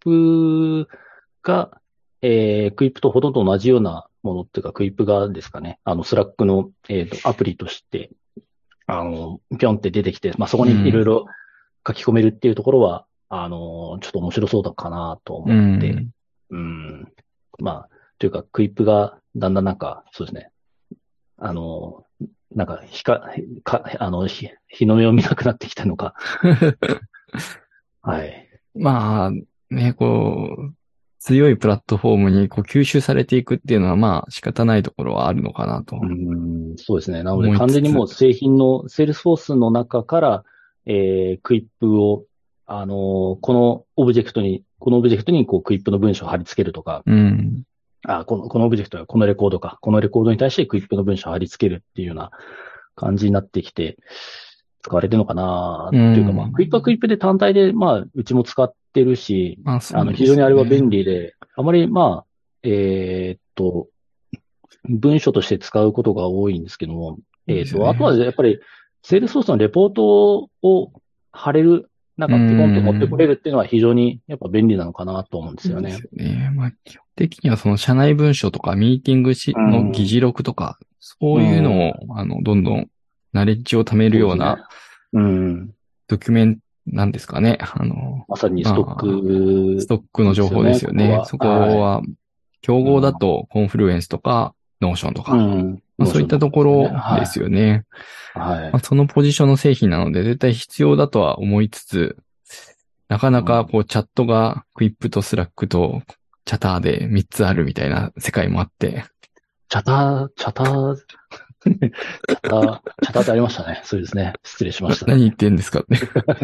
が、クイップとほとんど同じようなものっていうか、クイップがですかね、スラックの、アプリとして、ぴょんって出てきて、まあ、そこにいろいうん。 ろ書き込めるっていうところは、ちょっと面白そうだかなとう思って、 ん。 うん。まあ、というか、クイップがだんだんなんか、そうですね。あの、なんか、日の目を見なくなってきたのか。はい。 まあ、ね、強いプラットフォームに吸収されていくっていうのはまあ仕方ないところはあるのかなとそうですね。なので、 思いつつ、 完全にもう製品の、セールスフォースの中から、クイップを、このオブジェクトにこうクイップの文章を貼り付けるとか、 うん、 このオブジェクトはこのレコードか。このレコードに対してクイップの文章を貼り付けるっていうような感じになってきて、使われてるのかなうというか、まあ、クイップはクイん。 ップで単体で、まあ、うちも使ってるし、 まあそうで非常にあれはすよね。 便利で、あまり、まあ、文書として使うことが多いんですけども、 そうですよあとはね。 やっぱり、セールスソースのレポートを貼れる、なんうかピコンって持ってこれん。 るっていうのは非常にやっぱ便利なのかなと思うんですよね。 そうですよね。まあ基本的にはその社内文書とかミーティングの議うん。 事録とか、そういうのうん。 を、どんどんナレッジを貯めるそうですね。 ようなうん。 ドキュメントなんですかね。 まさにストッまあ、スクトックの情報でですよね、 すよね。 ここは。 そこはい。 は、競合だうん。 とコンフルエンスとか、ノーションとか、 うん。 まあノーションそういったとことかですよね。 ろですはよね。 い。はまあい。 そのポジションの製品なので絶対必要だとは思いつつ、なかなかうん。 チャットがクイップとスラックとチャターで3つあるみたいな世界もあって、 チャター、チャターってありましたね。そうですね。失礼しました。 何言ってんですかって。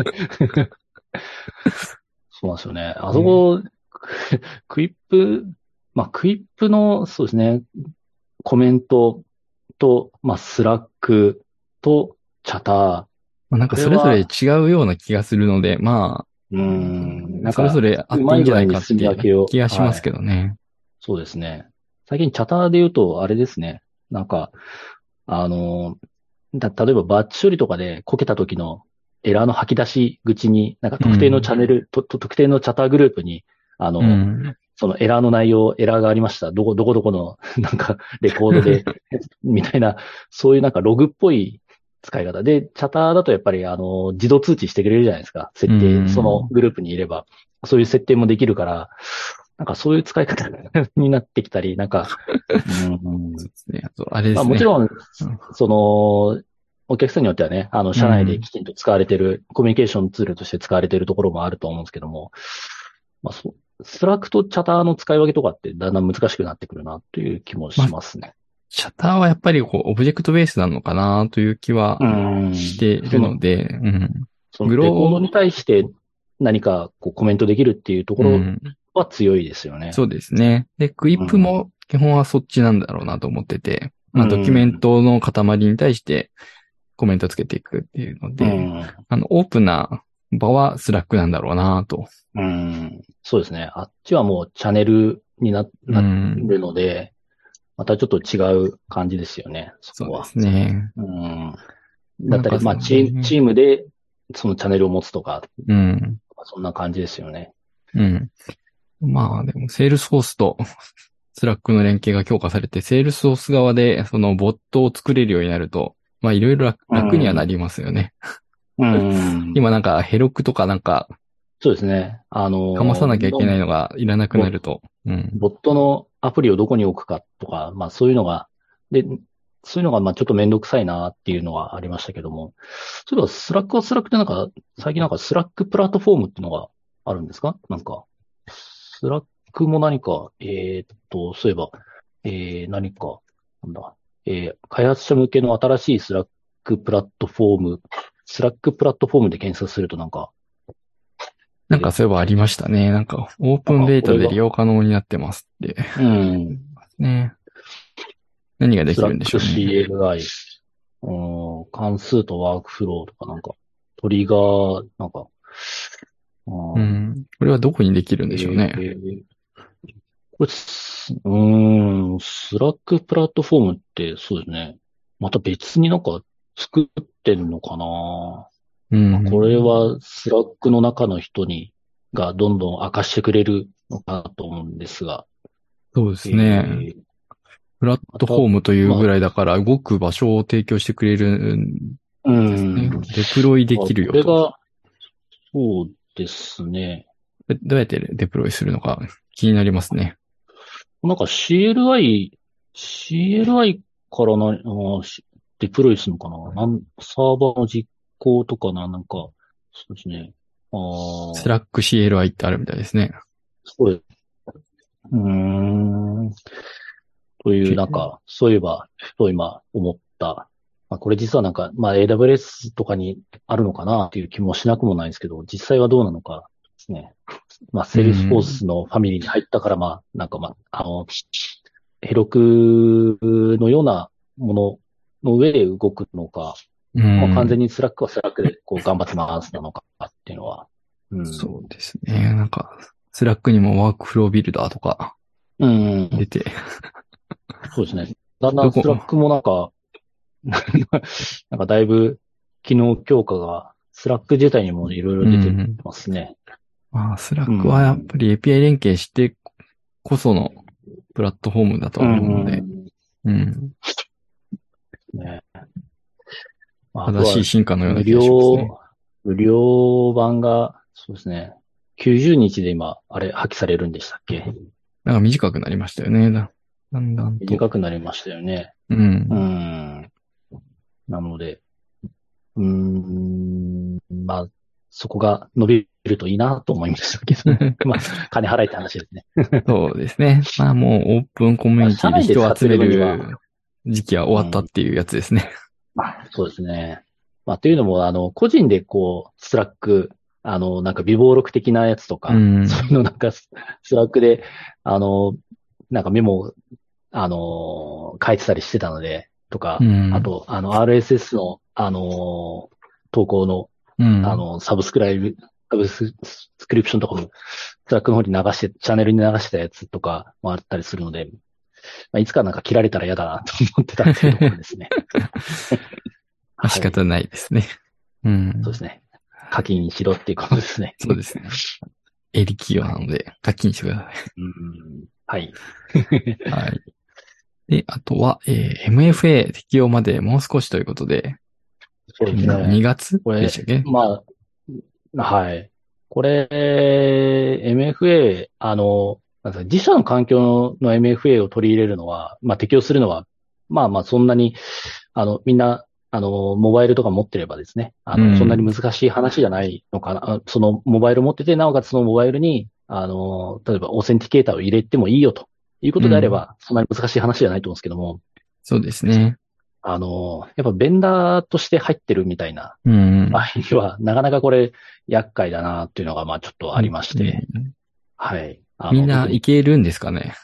そうなんですよね。あそね、 こ、クイップ、まあ、クイップの、そうですね、コメントと、まあ、スラックとチャター。 まあ、なんかこれそれぞれは、 違うような気がするので、まあ、 なんか、 それぞれあうっていいんじゃないまい具合に住みかって分けを、 気がしますはい。 けどね。 そうですね。最近チャターで言うと、あれですね。なんか、あの、例えばバッチ処理とかでこけた時のエラーの吐き出し口に、なんか特定のチうん。 ャンネル、特定のチャッターグループに、あうの、 ん。 そのエラーの内容、エラーがありました。どこの、なんか、レコードで、みたいな、そういうなんかログっぽい使い方で、チャターだとやっぱり、自動通知してくれるじゃないですか。 う設定、そのん。 グループにいれば。そういう設定もできるから、なんかそういう使い方になってきたり、なんか、うん、 そうですね。 あれですね。 もちろん、 うんその、お客さんによってはね、社内できちんと使われてる、コミュニケーションツールとして使われてるところもあると思うんですけども、スラックとチャターの使い分けとかってだんだん難しくなってくるなという気もまあ、 しますね。 シャッターはやっぱりオブジェクトベースなのかなという気はうん。 しているので、うん。 そのグロレコードに対して何かコメントできるっていうとこー、うろん。 は強いですよね。 そうですね。で、クイップうん。 も基本はそっちなんだろうなと思ってて、 うドキュメンん。 トの塊に対してコメントつけていくっていうので、 うん。 オープンな場はスラックなんだろうなと。 うん。そうですね。あっちはもうチャンネルにうなん。 るので、またちょっと違う感じですよね、そこは。 そうですね。 うん。だったり、 なんかそのチームでそのチャンネルを持つとか、 うん。 そんな感じですよね。 うん。まあでも、セールスフォースとスラックの連携が強化されて、セールスフォース側でそのボットを作れるようになると、まあいろいろう楽にはなん。 りますよね。 うん。 今なんかヘロクとかなんかそうですね。 かまさなきゃいけないのがいらなくなると。うん。 ボットのアプリをどこに置くかとか、そういうのが、で、そういうのがちょっとめんどくさいなっていうのがありましたけども、そういえばスラックはスラックで最近スラックプラットフォームっていうのがあるんですか？スラックも何か、そういえば、何か、なんだ、開発者向けの新しいスラックプラットフォーム、スラックプラットフォームで検索するとなんかそういえばありましたね。なんかオープンベータで利用可能になってますって。 うん。 ね。何ができるんでしスラックょうね。 CLI、関数とワークフローとかトリガー、 ううん、 ん。これはどこにできるんでしょうね。 これスラックプラットフォームってそうですね。また別に作ってんのかな。 うん。 これはスラックの中の人がどんどん明かしてくれるのかなと思うんですが、 そうでえすね。 ー、 プラットフォームというぐらいだから動く場所を提供してくれるんうですね。 ん。 デプロイでこきるよと。 れが、そうですね。 どうやってデプロイするのか気になりますね。 CLI からデプロイするのかなサーバーの実行とかそうですね。ああ、 スラック CLI ってあるみたいですね。 そうです。うーん。という、そういえば、ふと今思った。これ実はAWS とかにあるのかなっていう気もしなくもないんですけど、実際はどうなのかですね。 うセールスフォーん。 スのファミリーに入ったから、ヘロクのようなものの上で動くのか、 う完全ん。 にスラックはスラックで頑張って回すなのかっていうのは。うん。 そうですね。なんか、スラックにもワークフロービルダーとかうん。 出て、 そうですね。だんだどこ、 んスラックもだいぶ機能強化が、スラック自体にもいろいろう出てん。 ますね。 まあ、スラッうクはやっん。 ぱり API 連携してこそのプラットフォームだとうは思うので、 ん。 うん。 ね。あと正しいは、 進化のような無気がしますね。 料、無料版が、そうですね。90日で今、破棄されるんでしたっけ？ なんか短くなりましたよね。だんだんと。 短くなりましたよね。 ううん。 ん。なので、そこが伸びるといいなと思いましたけど、金払えって話ですね。 そうですね。まあもうオープンコミュニティで社内で使って人を集める分には、 る時期は終わったっていうやつですね。 そうですね。というのも、個人でスラック、微暴録的なやつとうか、そういん。 うのスラックで、メモを、書いてたりしてたので、とか、あうん。 と、RSS の、投稿の、 うん。 サブスクリプションとかも、スラックの方にチャンネルに流してたやつとかもあったりするので、いつか切られたら嫌だなと思ってたっていうところですね。 まあ仕はい。 方ないですね。うん。 そうですね。課金しろっていうことですね。 そうですね。営利企業なので課金してください。 うん、はい。 はい。で、あとは、MFA 適用までもう少しということで、 そうですね。 2月これ、 でしたっけ？ はい。これ、MFA、自社の環境の MFA を取り入れるのは、適用するのはまあまあそんなに、みんな、モバイルとか持ってればですね、そんなに難しい話じゃないのかな。そのモバイル持ってて、なおかつそのモバイルに、例えばオーセンティケーターを入れてもいいよということであれうん。 ば、そんなに難しい話じゃないと思うんですけども、 そうですね。 やっぱベンダーとして入ってるみたいなうん。 場合には、なかなかこれ厄介だなっていうのが、まあちょっとありましうて、 ん。 はい。 みんな特に、 いけるんですかね。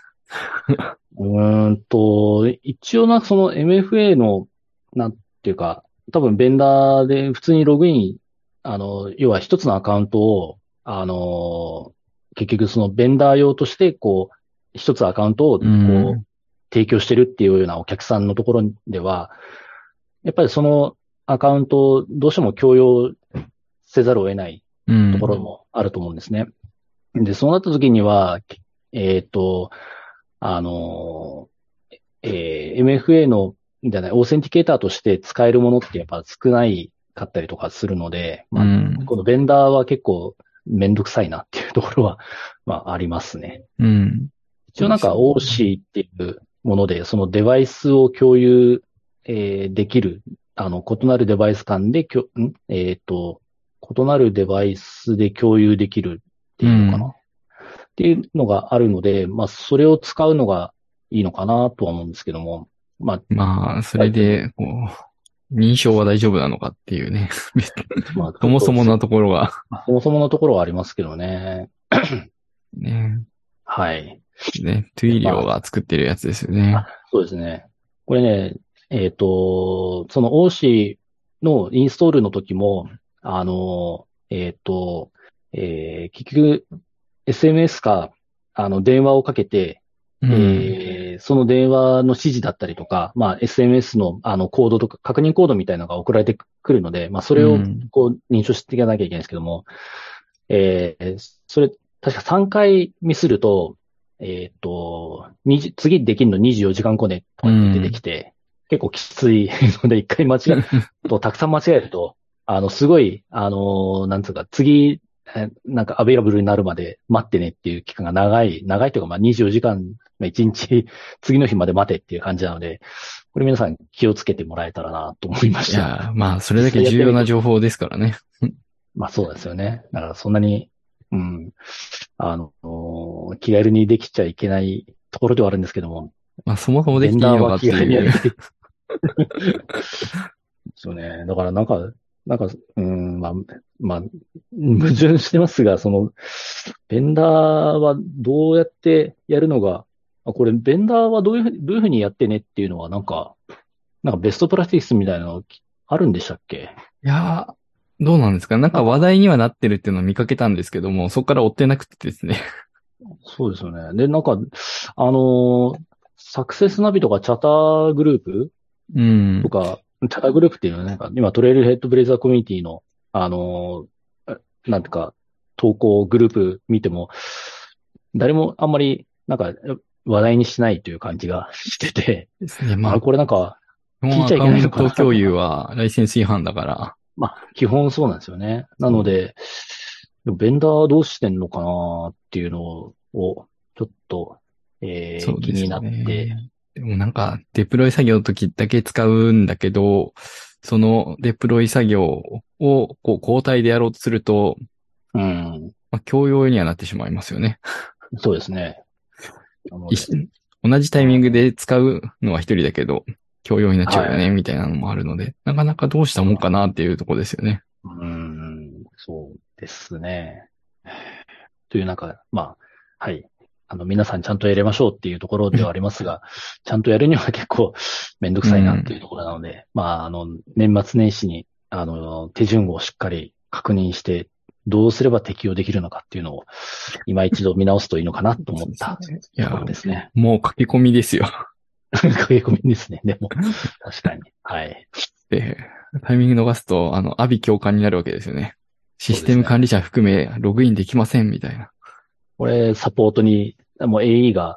一応その MFA の、なんていうか、多分ベンダーで普通にログイン、要は一つのアカウントを、結局そのベンダー用として、こう、一つアカウントを、 うこう、 ん。 提供してるっていうようなお客さんのところでは、やっぱりそのアカウントをどうしても共用せざるを得ないうん。 ところもあると思うんですね。で、そうなった時には、えっと、あの、MFA の、じゃない、オーセンティケーターとして使えるものってやっぱ少ないかったりとかするので、 うまあ、 ん。 このベンダーは結構めんどくさいなっていうところは、まあ、ありますね。 うん。そ一応なんかうですよね。 OC っていうもので、そのデバイスを共有、できる、異なるデバイス間で異なるデバイスで共有できるっていいのかなっうん。 ていうのがあるので、まあ、それを使うのがいいのかなとは思うんですけども、まあ、 まあ、そタイプに、 れで、こう、認証は大丈夫なのかっていうね。 まあ、 そもそものそうです。 ところが。 まあそもそものところはありますけどね。 ね。 はい。 ね。トゥで、 イリオが作ってるやつですよね。 そうですね。これね、その OC のインストールの時も、あの、結局 SMS か、電話をかけて、 うん。 その電話の指示だったりとか、まあ、SMS のコードとか、確認コードみたいなのが送られてくるので、まあ、それをうん。 こう認証していかなきゃいけないんですけども、それ、確か3回ミスると、次できるの24時間後ねとうかって出てん。 きて、結構きついので、一回たくさん間違えると、すごい、なんつうか、次、なんかアベイラブルになるまで待ってねっていう期間が長いというか、まあ24時間、まあ1日、次の日まで待てっていう感じなので、これ皆さん気をつけてもらえたらなと思いました。 いや、まあ、それ実だけ重要な際やってみて、 情報ですからね。 まあそうですよね。だからそんなに、うん、気軽にできちゃいけないところではあるんですけども、 まあ、そもそもでベンきていいのかっダーは気ていう。 軽にやりたいですよね。だからうん、まあ、矛盾してますが、ベンダーはどうやってやるのが、これ、ベンダーはどういうふうにやってねっていうのは、なんかベストプラクティスみたいなのあるんでしたっけ？ いやー、どうなんですか？なんか話なんか、 題にはなってるっていうのを見かけたんですけども、そこから追ってなくてですね。 そうですよね。で、あのサクセスナビとかチャターグループうん。 とか、チャタグループっていうのはなんか、今トレイルヘッドブレイザーコミュニティの、あのなんていうか、投稿グループ見ても、誰もあんまり、話題にしないという感じがしてて、 ですね。 あれ、 まあ、 これなんか、 基本アカウ聞いちゃいけないのント共かなとか。 有はライセンス違反だから。 まあ、基本そうなんですよね。なそう。 ので、ベンダーどうしてんのかなっていうのを、ちょっと、 そうですよ気になって、 ね。でもなんか、デプロイ作業の時だけ使うんだけど、そのデプロイ作業をこう交代でやろうとすると、 うん、 まあ、共用にはなってしまいますよね。 そうですね。なので、 一同じタイミングうん、 で使うのは一人だけど、共用になっちゃうよね、 はい。 みたいなのもあるので、なかなかどうしたもんかなっていうところですよね。 そうですね。というまあ、はい。皆さんちゃんとやりましょうっていうところではありますが、ちゃんとやるには結構めんどくうさいなっていうん。 ところなので、まあ、年末年始に、手順をしっかり確認して、どうすれば適用できるのかっていうのを、今一度見直すといいのかなと思そうですったね。いや、 ところですね。 もう書き込みですよ。 駆け込みですね。でも、確かに。はい。 で、タイミング逃すと、阿鼻教官になるわけですよね。システムそうですね。 管理者含めログインできません、みたいな。 これ、サポートに、もう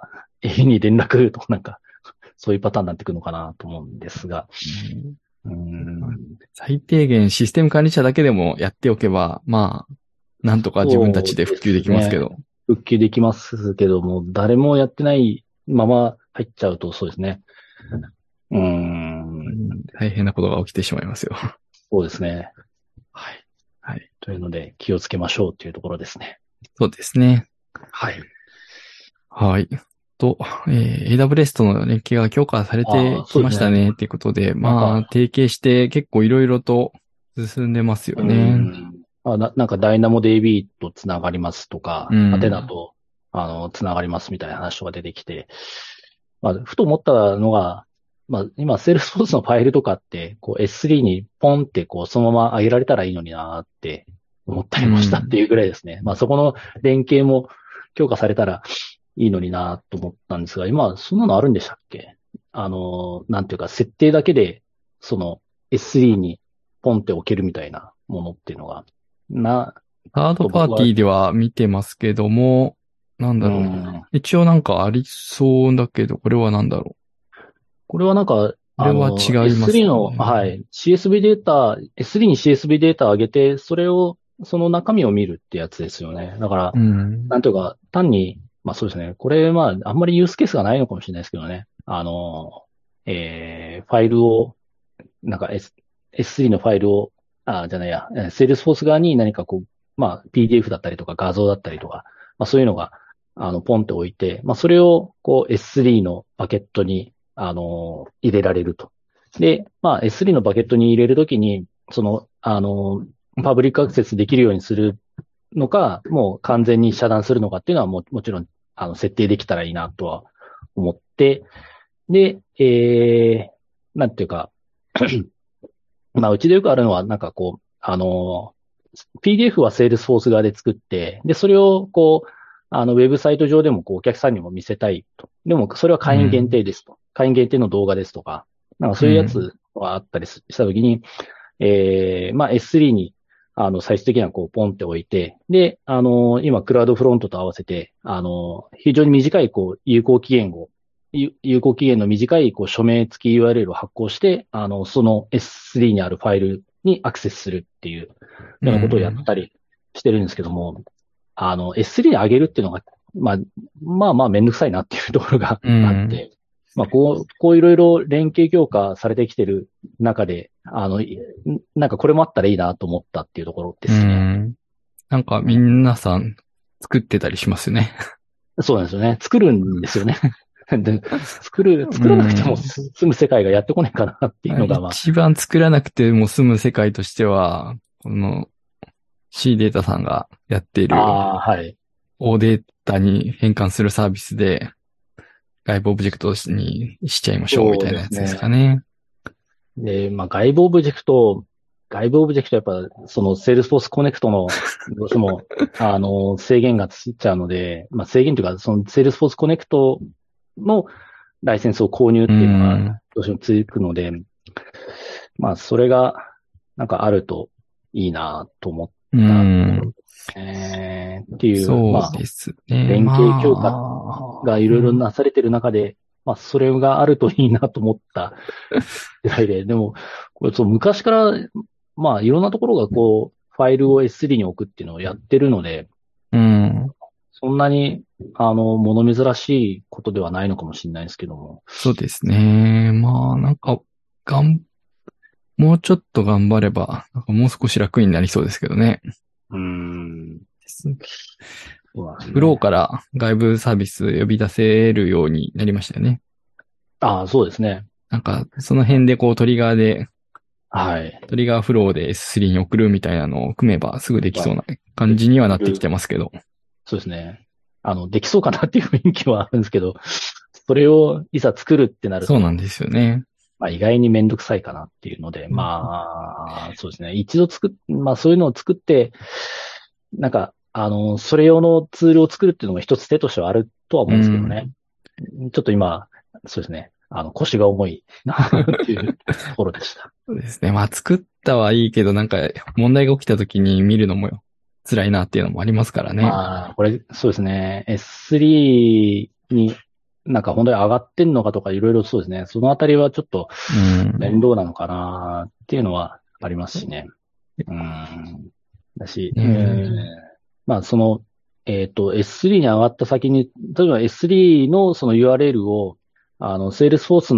AE に連絡とかそういうパターンになってくるのかなと思うんですが。 うんうーん、 最低限システム管理者だけでもやっておけば、まあ、なんとか自分たちでそうで復旧できますけすね。 ど。 復旧できますけども、誰もやってないまま入っちゃうとそうですね。 うーん。 大変なことが起きてしまいますよ。 そうですね。はい。 はい。 というので、気をつけましょうというところですね。 そうですね。 はい。 はい。と、AWS との連携が強化されああ、 てきそうですね。 ましたね。っていうことで、 なんか、 提携して結構いろいろと進んでますようね。 ん。なんか、ダイナモ DB とつながりますとか、 うアテナん。 と、つながりますみたいな話とか出てきて、ふと思ったのが、今、セールスフォースのファイルとかって、こう S3 にポンってこう、そのまま上げられたらいいのになーって思ったうりもしたってん。 いうぐらいですね。そこの連携も強化されたらいいのになーと思ったんですが、今、そんなのあるんでしたっけ？なんていうか、設定だけで、その S3 にポンって置けるみたいなものっていうのが、 サードパー僕は、 ティーでは見てますけども、なんうだろう。 ん、 一応なんかありそうだけど、これはなんだろこれはなんか、 う。これは違います S3 の、 ね。 はい、CSV データ、S3 に CSV データを上げて、その中身を見るってやつですよね。だから、 うん。 なんというか、単に、そうですね。これ、あんまりユースケースがないのかもしれないですけどね。ファイルを、なんか S3 のファイルを、じゃないや、Salesforce 側に何かこう、PDF だったりとか画像だったりとか、そういうのが、ポンって置いて、それを、こう S3 のバケットに、入れられると。で、S3 のバケットに入れるときに、パブリックアクセスできるようにするのか、もう完全に遮断するのかっていうのはもちろん、設定できたらいいなとは思って、で、なんていうか、うちでよくあるのは、なんかこう、PDF は Salesforce 側で作って、で、それをこう、ウェブサイト上でもこう、お客さんにも見せたいと。でも、それは会員限うん。 定ですと。会員限定の動画ですとか、なんかそういうやうん。 つはあったりしたときに、S3 に、最終的にはこう、ポンって置いて、で、今、クラウドフロントと合わせて、非常に短い、こう、有効期限の短い、こう、署名付き URL を発行して、その S3 にあるファイルにアクセスするっていうよううなことをやっん。 たりしてるんですけども、S3 に上げるっていうのが、めんどくさいなっていうところがうん。 あって、こういろいろ連携強化されてきてる中で、なんかこれもあったらいいなと思ったっていうところでうすね。 ん。なんか、 うん、 皆さん作ってたりしますよね。 そうなんですよね。作るんですよね。で、 う作らなくてもん。 済む世界がやってこないかなっていうのが、 一番作らなくても済む世界としては、この C データさんがやっているはい。 O データに変換するサービスで外部オブジェクトにしちゃいましょうみそうでたいなやつですかすね。 ね。 で、外部オブジェクトやっぱ、その Salesforce Connect の、どうしても、制限がついちゃうので、制限というか、その Salesforce Connect のライセンスを購入っうていうのが、 ん。 どうしてもつくので、それが、なんかあるといいなと思っうたところん。 ですね。っていう、 そうですね。 連携強化がいろいろうん。 なされてる中で、それがあるといいなと思ったぐらいで、でも、これそう昔から、いろんなところがこう、ファイルを S3 に置くっていうのをやってるので、 うん。 そんなに、物珍しいことではないのかもしれないですけども。 そうですね。なんか、がん、もうちょっと頑張れば、なんかもう少し楽になりそうですけどね。 うーん、そうなんですフローね。 から外部サービス呼び出せるようになりましたよね。 ああ、そうですね。 なんか、その辺でこうはい。 トリガーフローで S3 に送るみたいなのを組めばすぐできまあ、 そうな感でじにはなってききる。 てますけど。 そうですね。できそうかなっていう雰囲気はあるんですけど、それをいざ作るってなると、 そうなんですよね。 意外にめんどくさいかなっていうので、 うん。 そうですね。一度そういうのを作って、なんか、それ用のツールを作るっていうのが一つ手としてはあるとはう思うんですけどん。 ね。ちょっと今、そうですね。腰が重いなっていうところでした。 そうですね。作ったはいいけど、なんか問題が起きた時に見るのも辛いなっていうのもありますからね。 これ、そうですね。S3 になんか本当に上がってんのかとかいろいろそうですね。そのあたりはちょっとうん。 面倒なのかなっていうのはありますしね。うん。だし、 ねその、S3 に上がった先に、例えば S3 のその URL を、Salesforce の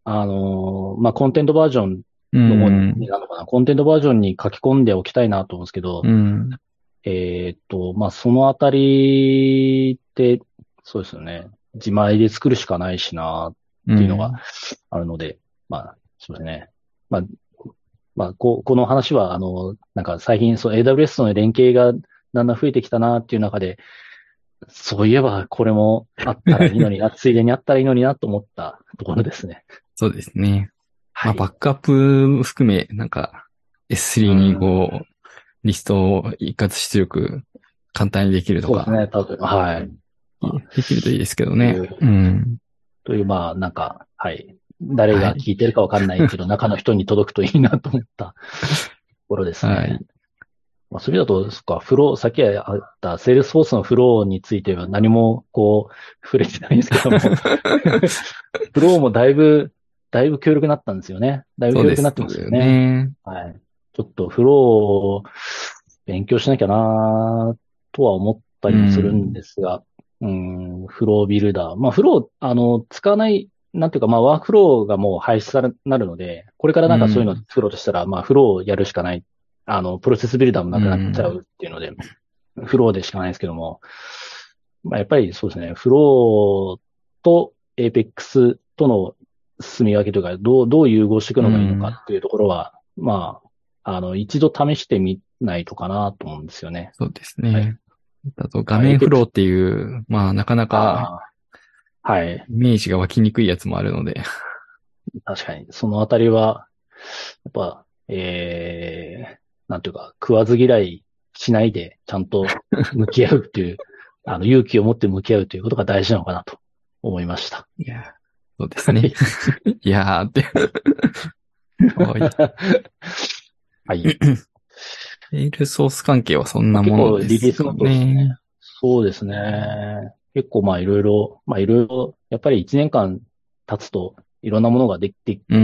まあ、コンテントバージョンうの方にん。 なるのかな。コンテントバージョンに書き込んでおきたいなと思うんですけど、 うん。 まあ、そのあたりって、そうですよね。自前で作るしかないしなっていうのがうん。 あるので、まあ、そうですね。まあ、この話は、なんか最近、そう、AWS の連携がだんだん増えてきたなっていう中で、そういえばこれもあったらいいのにな、ついでにあったらいいのになと思ったところですね。 そうですね。まあ、バはい。 ックアップ含め、なんかう S3 にん。 こう、リストを一括出力簡単にできるとか、 そうですね。多分、はい。まあ、 できるといいですけどね。 という、 うん。 まあ、なんか、はい。誰はい。 が聞いてるかわかんないけど、中の人に届くといいなと思ったところですね。 はい。 まあ、それだと、そっか、さっきあったセールスフォースのフローについては何も、こう、触れてないんですけども、フローもだいぶ強力になったんですよね。だいぶそうです強力になってますよよね。 ね。 はい。ちょっとフローを勉強しなきゃなとは思ったうりもするんん。 ですが、フロービルダー。まあ、フロー、使わない、なんていうか、まあ、ワークフローがもう廃止なるので、これからなんかそういうのうん。 作ろうとしたら、まあ、フローをやるしかない。プロセスビルダーもなうくなっちゃん。 うっていうので、フローでしかないですけども、まあ、やっぱりそうですね、フローと Apex との進み分けというか、どう融合していくうのがいいのかん。 っていうところは、まあ、一度試してみないとかなと思うんですよね。 そうですはい。 ね。あと画まあ、Apex、 面フローっていう、まあなかなかあはい。 イメージが湧きにくいやつもあるので。 確かに、そのあたりは、やっぱ、なんていうか、食わず嫌いしないで、ちゃんと向き合うっていう、勇気を持って向き合うということが大事なのかなと思いました。 いや、そうですね。いやーって。はい。 はい。 メールソース関係はそんまあ、 なもの結構ですかリリースノートですね。 ね。 そうですね。結構いろいろ、やっぱり1年間経つといろんなものがうん。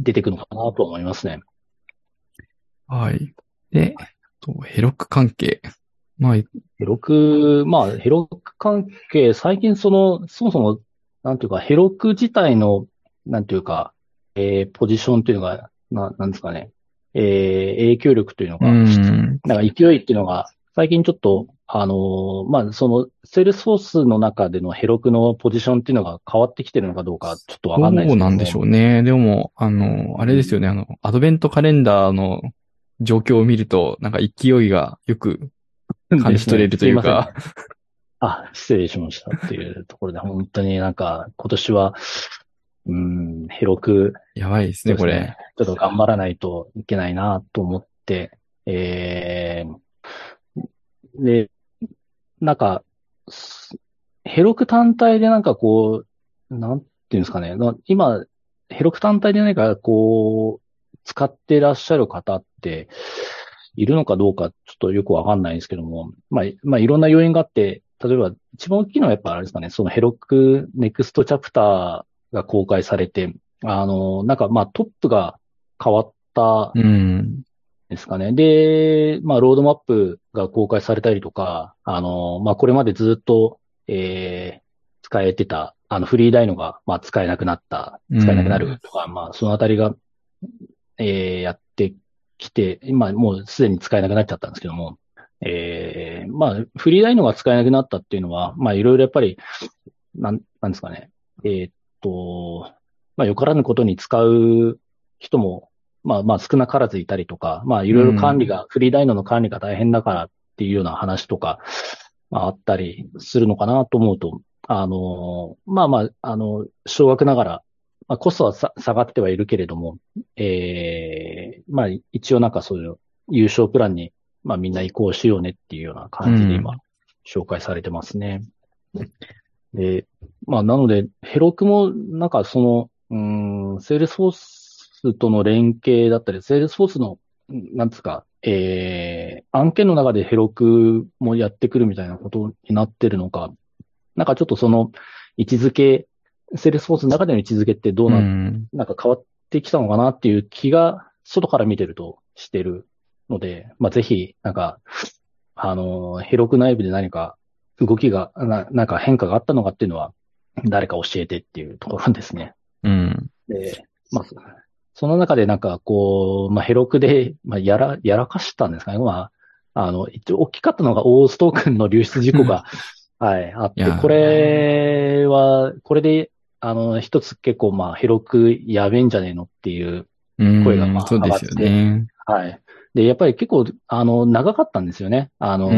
出てくるのかなと思いますね。 はい。で、ヘロク関係。まあ、 ヘロク関係、最近そもそも、なんていうか、ヘロク自体の、なんていうか、ポジションというのが、なんですかね、影響力というのうが、 ん。 なんか勢いっていうのが、最近ちょっと、セールスフォースの中でのヘロクのポジションっていうのが変わってきてるのかどうか、ちょっとわどかんないでうなんでしすけども、 ょうね。でも、あれですよね。 うんアドベントカレンダーの状況を見ると、なんか勢いがよく感ですね。 じ取れるというか、 すいませんね。失礼しましたっていうところで、本当になんか、今年は、ヘロク、 やばいですね、 そうですね。 これ。 ちょっと頑張らないといけないなと思って、えで、なんか、ヘロク単体でなんかこう、なんていうんですかね。今、ヘロク単体で何かこう、使ってらっしゃる方っているのかどうかちょっとよくわかんないんですけども、まあいろんな要因があって、例えば一番大きいのはやっぱあれですかね、そのヘロクネクストチャプターが公開されて、なんかまあトップが変わったうん。 ですかね。で、まあ、ロードマップが公開されたりとか、まあ、これまでずっと、使えてた、フリーダイノが、まあ、 う使えなくなるん。 とか、まあ、そのあたりが、やってきて、今もうすでに使えなくなっちゃったんですけども、まあ、フリーダイノが使えなくなったっていうのは、まあ、いろいろやっぱり、なんですかね。えーっと、まあ、よからぬことに使う人も、まあ少なからずいたりとか、まあいうろいろん。 フリーダイナの管理が大変だからっていうような話とか、まああったりするのかなと思うと、少額ながら、まあコストは下がってはいるけれども、まあ一応なんかそういう優勝プランに、まあみんな移行しようねっていうようなう感じで今ん。 紹介されてますね。で、まあ、なので、ヘロクも、なんかセールスフォースとの連携だったり、セールスフォースの、なんつうか、案件の中でヘロクもやってくるみたいなことになってるのか、なんかちょっと位置づけ、セールスフォースの中での位置づけってうん。 なんか変わってきたのかなっていう気が、外から見てるとしてるので、まあ、ぜひ、なんか、ヘロク内部で何か動きが、なんか変化があったのかっていうのは、誰か教えてっていうところですね。 うん。 で、 まあ、その中でなんかこう、まあ、ヘロクで、まあ、やらかしたんですかね。まあ、一応大きかったのがオーストークンの流出事故が、はい、あって、こいやれは、これで、一つ結構まあ、ヘロクやべえんじゃねえのっていうー、 声がそうですよ上がって、 ね。 はい。で、やっぱり結構、長かったんですよね。 うん。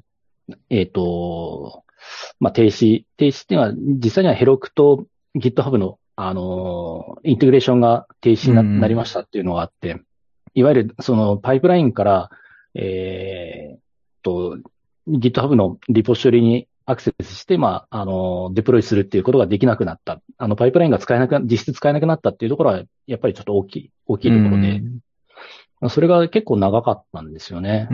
えっと、まあ、停止っていうのは、実際にはヘロクと GitHub の、インテグレーションが停止うになりん。 ましたっていうのがあって、いわゆるそのパイプラインから、えーっと、GitHub のリポジトリにアクセスして、まあ、デプロイするっていうことができなくなった。パイプラインが使えなくな、実質使えなくなったっていうところは、やっぱりちょっと大きういところで、 ん。 それが結構長かったんですよね。 うん。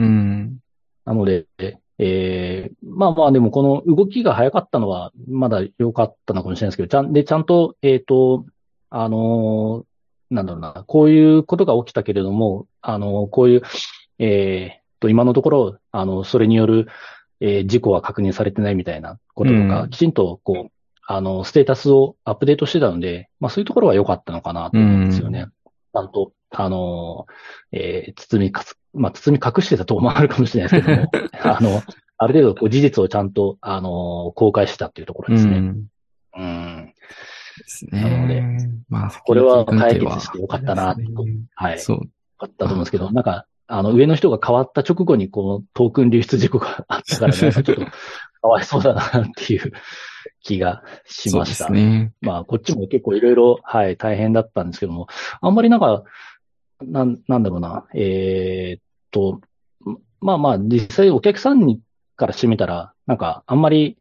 なので、まあまあでもこの動きが早かったのはまだ良かったのかもしれないですけど、ちゃんと、あのなんだろうな、こういうことが起きたけれども、こういう、今のところ、それによる、事故は確認されてないみたいなこうととか、 ん。 きちんと、こう、ステータスをアップデートしてたので、まあそういうところは良かったのかなうと思うんですよん。 ね。ちゃんと、包み隠してたところもあるかもしれないですけども、ある程度こう事実をちゃんと、公開したっていうところうですね。 ん。 うん。 ですなので、 ね。まあ、セキこれュリティ関は解係は、 決してよかったあれですね。 なと、はい、よそう。 かったと思うんですけど、 あ、 なんか、上の人が変わった直後にこのトークン流出事故があったから、なんかちょっとかわいそうだなっていう気がしそうですました。 ね。 まあ、こっちも結構いろいろ、はい、大変だったんですけども、あんまりなんか、なんだろうな、と、まあまあ、実際お客さんにからしてみたら、なんか、あんまり、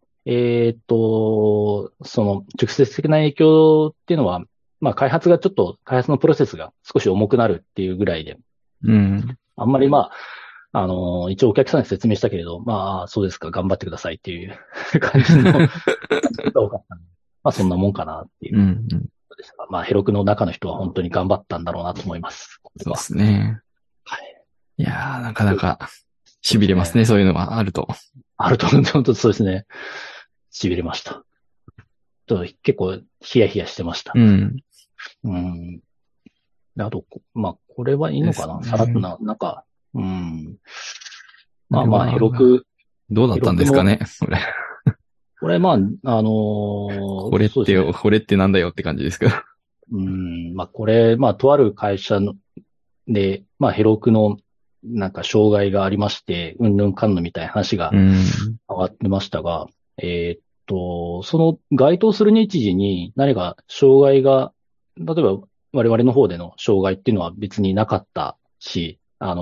その、直接的な影響っていうのは、まあ、開発のプロセスが少し重くなるっていうぐらいで、 うん。 あんまりまあ、一応お客さんに説明したけれど、まあ、そうですか、頑張ってくださいっていう感じの、が多かったんで、まあ、そんなもんかなっていううん。うん。 ことですが、まあ、ヘロクの中の人は本当に頑張ったんだろうなと思います。これそうでは。 すね。 はい。 いやー、なかなかそうですね。 痺れますね。そういうのがあると。 あると、本当そうですね。痺れました。結構ヒヤヒヤしてました。 うん。 うん。であと、まあ、これはいいですのかなさらっとね。 なんか、うん。 あれまあまあ、 は、どうだっヘロクの、 たんですかね。これ。 これまあ、そうですね。 これってなんだよって感じですけど。 うん。まあ、これ、まあ、とある会社ので、まあ、ヘロクのなんか障害がありまして、うんぬんかんぬんみたいな話がうん。 上がってましたが、その該当する日時に何か障害が、例えば我々の方での障害っていうのは別になかったし、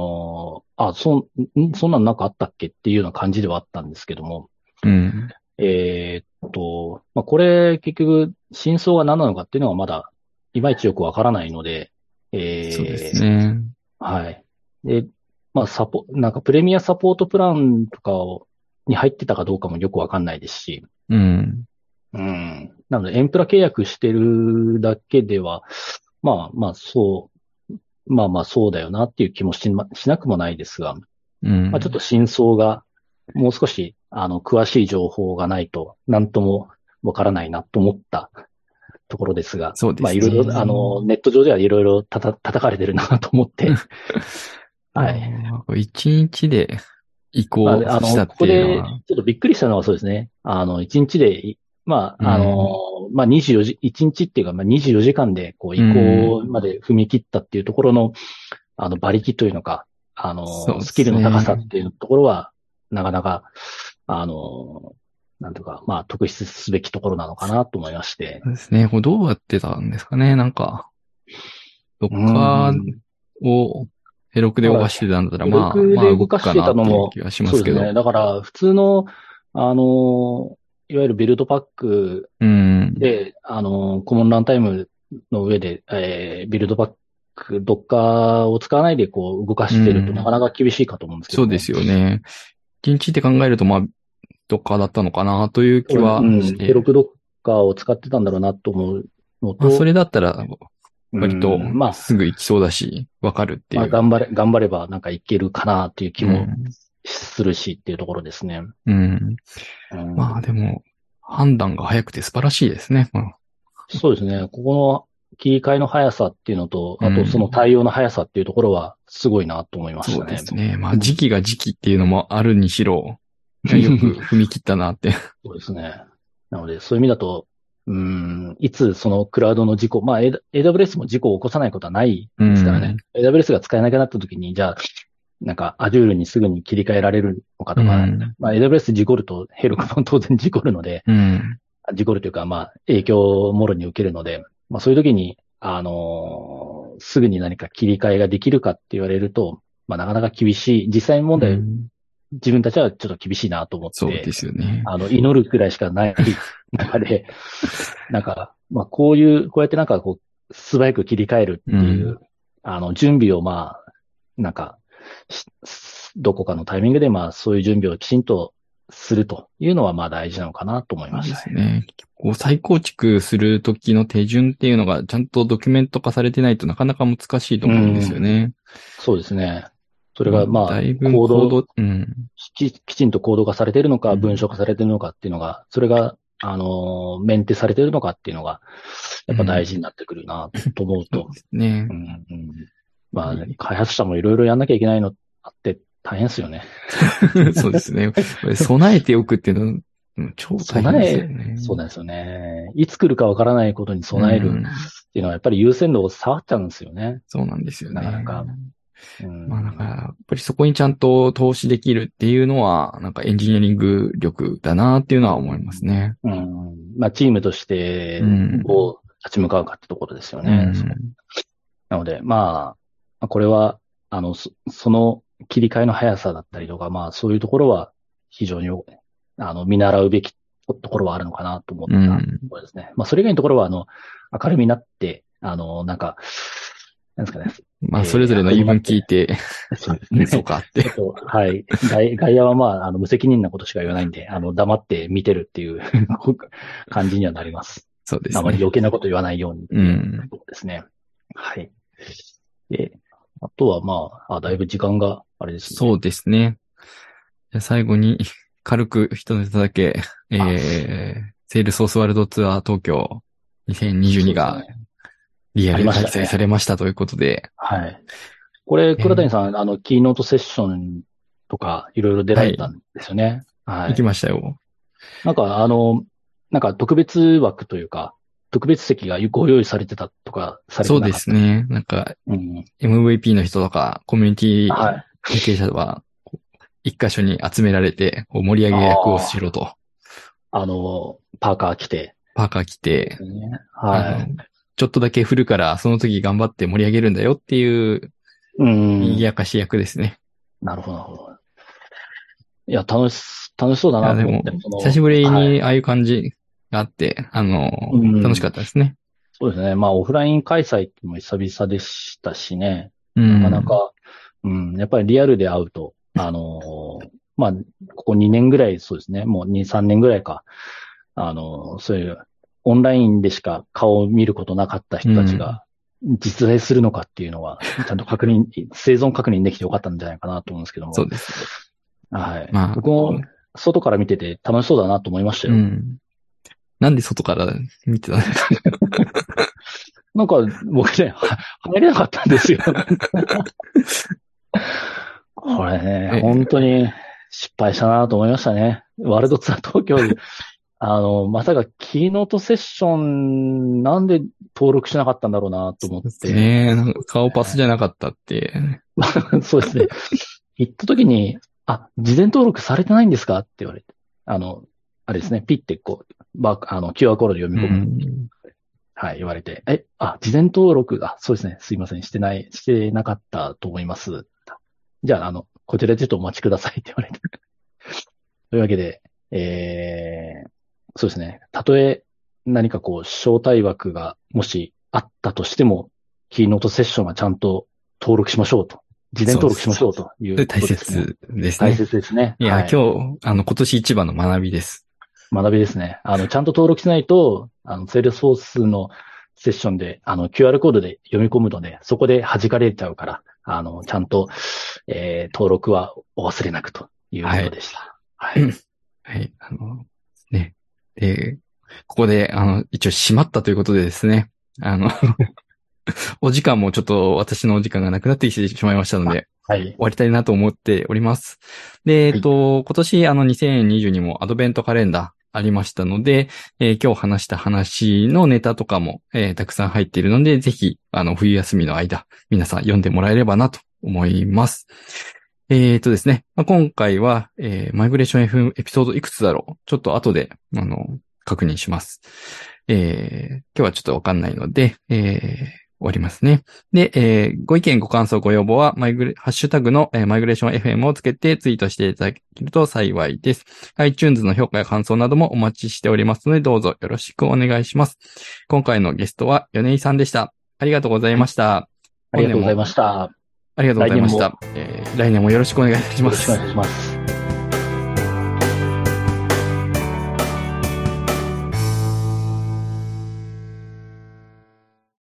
そんなんなんかあったっけっていうような感じではあったんですけども、 うん。 まあ、これ結局真相が何なのかっていうのはまだいまいちよくわからないので、 そうですえね。 はい。で、まあ、なんかプレミアサポートプランとかに入ってたかどうかもよくわかんないですし、 うん。 うん。なので、エンプラ契約してるだけでは、まあまあ、まあまあ、そうだよなっていう気もしなくもないですが、 うまあ、ちょっとん。 真相が、もう少し、詳しい情報がないと、なんともわからないなと思ったところですが、まあ、 そうですいろいろ、 ね。 ネット上ではいろいろ叩かれてるなと思って、はい。 ああ、一日で移まあ、 行したっここていうのでは、 ちょっとびっくりしたのはそうですね。一日で、まうあ、 ん。 まあ24時、一日っていうか、まあ24時間でこうう移行ん。 まで踏み切ったっていうところの、馬力というのか、 そうでスキルの高さすね。 っていうところは、なかなか、あの、なんとか、まあ、特筆すべきところなのかなと思いまして。 そうですね。これどうやってたんですかね。なんか、どっうかん。 をヘロクでだから、 動かしてたんだったら、 ヘルクまあで動動くかかしてたなっていうのも、 気がしまそうですね。 すけど。 だから、普通の、いわゆるビルドパックうん。 で、コモンランタイムの上で、ビルドバック、ドッカーを使わないでこう動かうしてるとなかん。 なか厳しいかと思うんですけども。 そうですよね。一日って考えると、まあ、どっかだったのかなという気はしうん、ヘロて、 クドッカーを使ってたんだろうなと思うのまあ、そと、 れだったら、 う割とん、まあ、 すぐ行きそうだし、わかるっていう。 頑張ればなんかいけるかなっていう気もうん。 するしっていうところですね。 うん。 うまあでん、 も、判断が早くて素晴らしいですね。うん。 そうですね。ここ切り替えの速さっていうのと、あとうんその対応の速さっていうところはすごいなと思いましそうでたね。 すね。まあ時期が時期っていうのもあるにしろ、いやよく踏み切ったなって。 そうですね。なので、そういう意味だと、いつそのクラウドの事故、まあ、AWS も事故を起こさないことはないうですからね。 ん。 AWS が使えなくなった時に、じゃあ、なんか Azure にすぐに切り替えられるのかうとか、 ん。 まあ、AWS 事故るとヘルクも当然事故るので、 うん。 事故るというか、まあ、影響をもろに受けるので、まあ、そういう時に、すぐに何か切り替えができるかって言われると、まあ、なかなか厳しい。実際問題、 うん。 自分たちはちょっと厳しいなと思って、 そうですよね。 祈るくらいしかない中で、なんか、まあ、こうやってなんかこう、素早く切り替えるっていう、 うん。 準備をまあ、なんか、どこかのタイミングでまあ、そういう準備をきちんとするというのはまあ大事なのかなと思いそうでましたね。 すね。こう再構築するときの手順っていうのがちゃんとドキュメント化されてないとなかなか難しいとう思うんですよん。 ね。 そうですね。それまあ、 がまあ、 だいぶコード、うん。 きちんとコード化されているのか、文うん。 章化されているのかっていうのが、それが、メンテされているのかっていうのが、やっぱ大うん。 事になってくるなと思うと、 そうですね。 まあ、 やっぱり開発者もいろいろやんなきゃいけないのあって大変ですよね。 そうですね。これ備えておくっていうのは、うん超大変ですよね。 そうなんですよね。いつ来るかわからないことにう備えるん。 っていうのはやっぱり優先度を下がっちゃうんですよね。 そうなんですよなかなね。 か。 まあだから、やっぱりそこにちゃんと投資できるっていうのは、なんかエンジニアリング力だなっていうのは思いますね。 まあ、チームとしてうん。 どう立ち向かうかってところですようね。 ん。 なので、まあ、これは、その切り替えの速さだったりとか、まあ、そういうところは非常に、見習うべきところはあるのかなと思ったとうん。 ころですね。まあ、それ以外のところは、明るみになって、なんか、なんですかね、 まあ、それぞれの言い分明るみになって、 聞いて、 そうですそうね。 かって。 はい。外野はまあ、無責任なことしか言わないんで、黙って見てるっていう感じにはなります。 そうであまりすね。 余計なこと言わないようにってういうん。 ところですね。はい。で、あとはまあ、だいぶ時間があれですね。 そうですね。じゃあ最後に、軽く一ネタだけ、 あ、 セールスソースワールドツアー東京2022がそうですね。ありリアルで開ましたね。 催されましたということで、 はい。これ、倉谷えーさん、キーノートセッションとかいろいろ出らはい、 れたんですよね。は行きい。 ましたよ。 なんか、なんか特別枠というか、特別席がご用意されてたとか、されそうでてなかった。 すね。なんか、 うん。 MVP の人とか、コミュニティはい。 関係者は、一箇所に集められて、こう盛り上げ役をしあろと。 あ、パーカー着て。 パーカー着て、 ね。 あの、 はい。 ちょっとだけ振るから、その時頑張って盛り上げるんだよっていう、 うん。 賑やかし役ですね。 なるほど、なるほど。いや、楽しそうだいや、でも、 なと思って、 久しぶりはい。 にああいう感じがあって、 う楽しかん。 ったですね。 そうですね。まあ、オフライン開催っていうのも久々でしたしね。 うなかなん。 か、やっぱりリアルで会うと、まあ、ここ2年ぐらい、そうですね。もう2、3年ぐらいか。そういう、オンラインでしか顔を見ることなかったう人たちん。 が、実在するのかっていうのは、ちゃんと生存確認できてよかったんじゃないかなと思うんですけども。 そうですね。 はい。 まあ、 僕も、外から見てて楽しそうだなと思いましたよ。 うん。なんで外から見てたんですか？ なんか、僕ね、入れなかったんですよ。これね、 え、 本当に失敗したなと思いましたね。ワールドツアー東京で、まさかキーノートセッション、なんで登録しなかったんだろうなと思っですて。 ね。なんか顔パスじゃなかったって。 そうですね。行った時に、事前登録されてないんですかって言われて。あれですね、ピッてこう、QR コードで読みう込む。 ん。 はい、言われて。事前登録、そうですね。すいません。してなかったと思います。じゃあ、こちらでちょっとお待ちくださいって言われて。というわけで、そうですね。たとえ何かこう、招待枠がもしあったとしても、キーノートセッションはちゃんと登録しましょうと。事前登録しそうです。 ましょうというこ大とですね。 切です大ね。 切ですね。 いや、 はい。 今日、今年一番の学びです。 学びですね。ちゃんと登録しないと、セールスフォースのセッションで、QR コードで読み込むので、そこで弾かれちゃうから、ちゃんと、登録はお忘れなくというこはい。 とでした。はい。 はい。ね。で、ここで、一応閉まったということでですね。 お時間もちょっと私のお時間がなくなってきてしまいましたので、 はい。 終わりたいなと思っております。で、 はい今年2020にもアドベントカレンダーありましたので、今日話した話のネタとかも、たくさん入っているので、ぜひ、冬休みの間、皆さん読んでもらえればなと思います。ですね、今回は、マイグレーション F エピソードいくつだろうちょっと後で、確認します。今日はちょっとわかんないので、終わりますね。で、ご意見ご感想ご要望は、ハッシュタグの、マイグレーション FM をつけてツイートしていただけると幸いです。iTunes の評価や感想などもお待ちしておりますので、どうぞよろしくお願いします。今回のゲストは米井さんでした。ありがとうございました。 ありがとうございました。 ありがとうございました。来年もよろしくお願いします。 よろしくお願いします。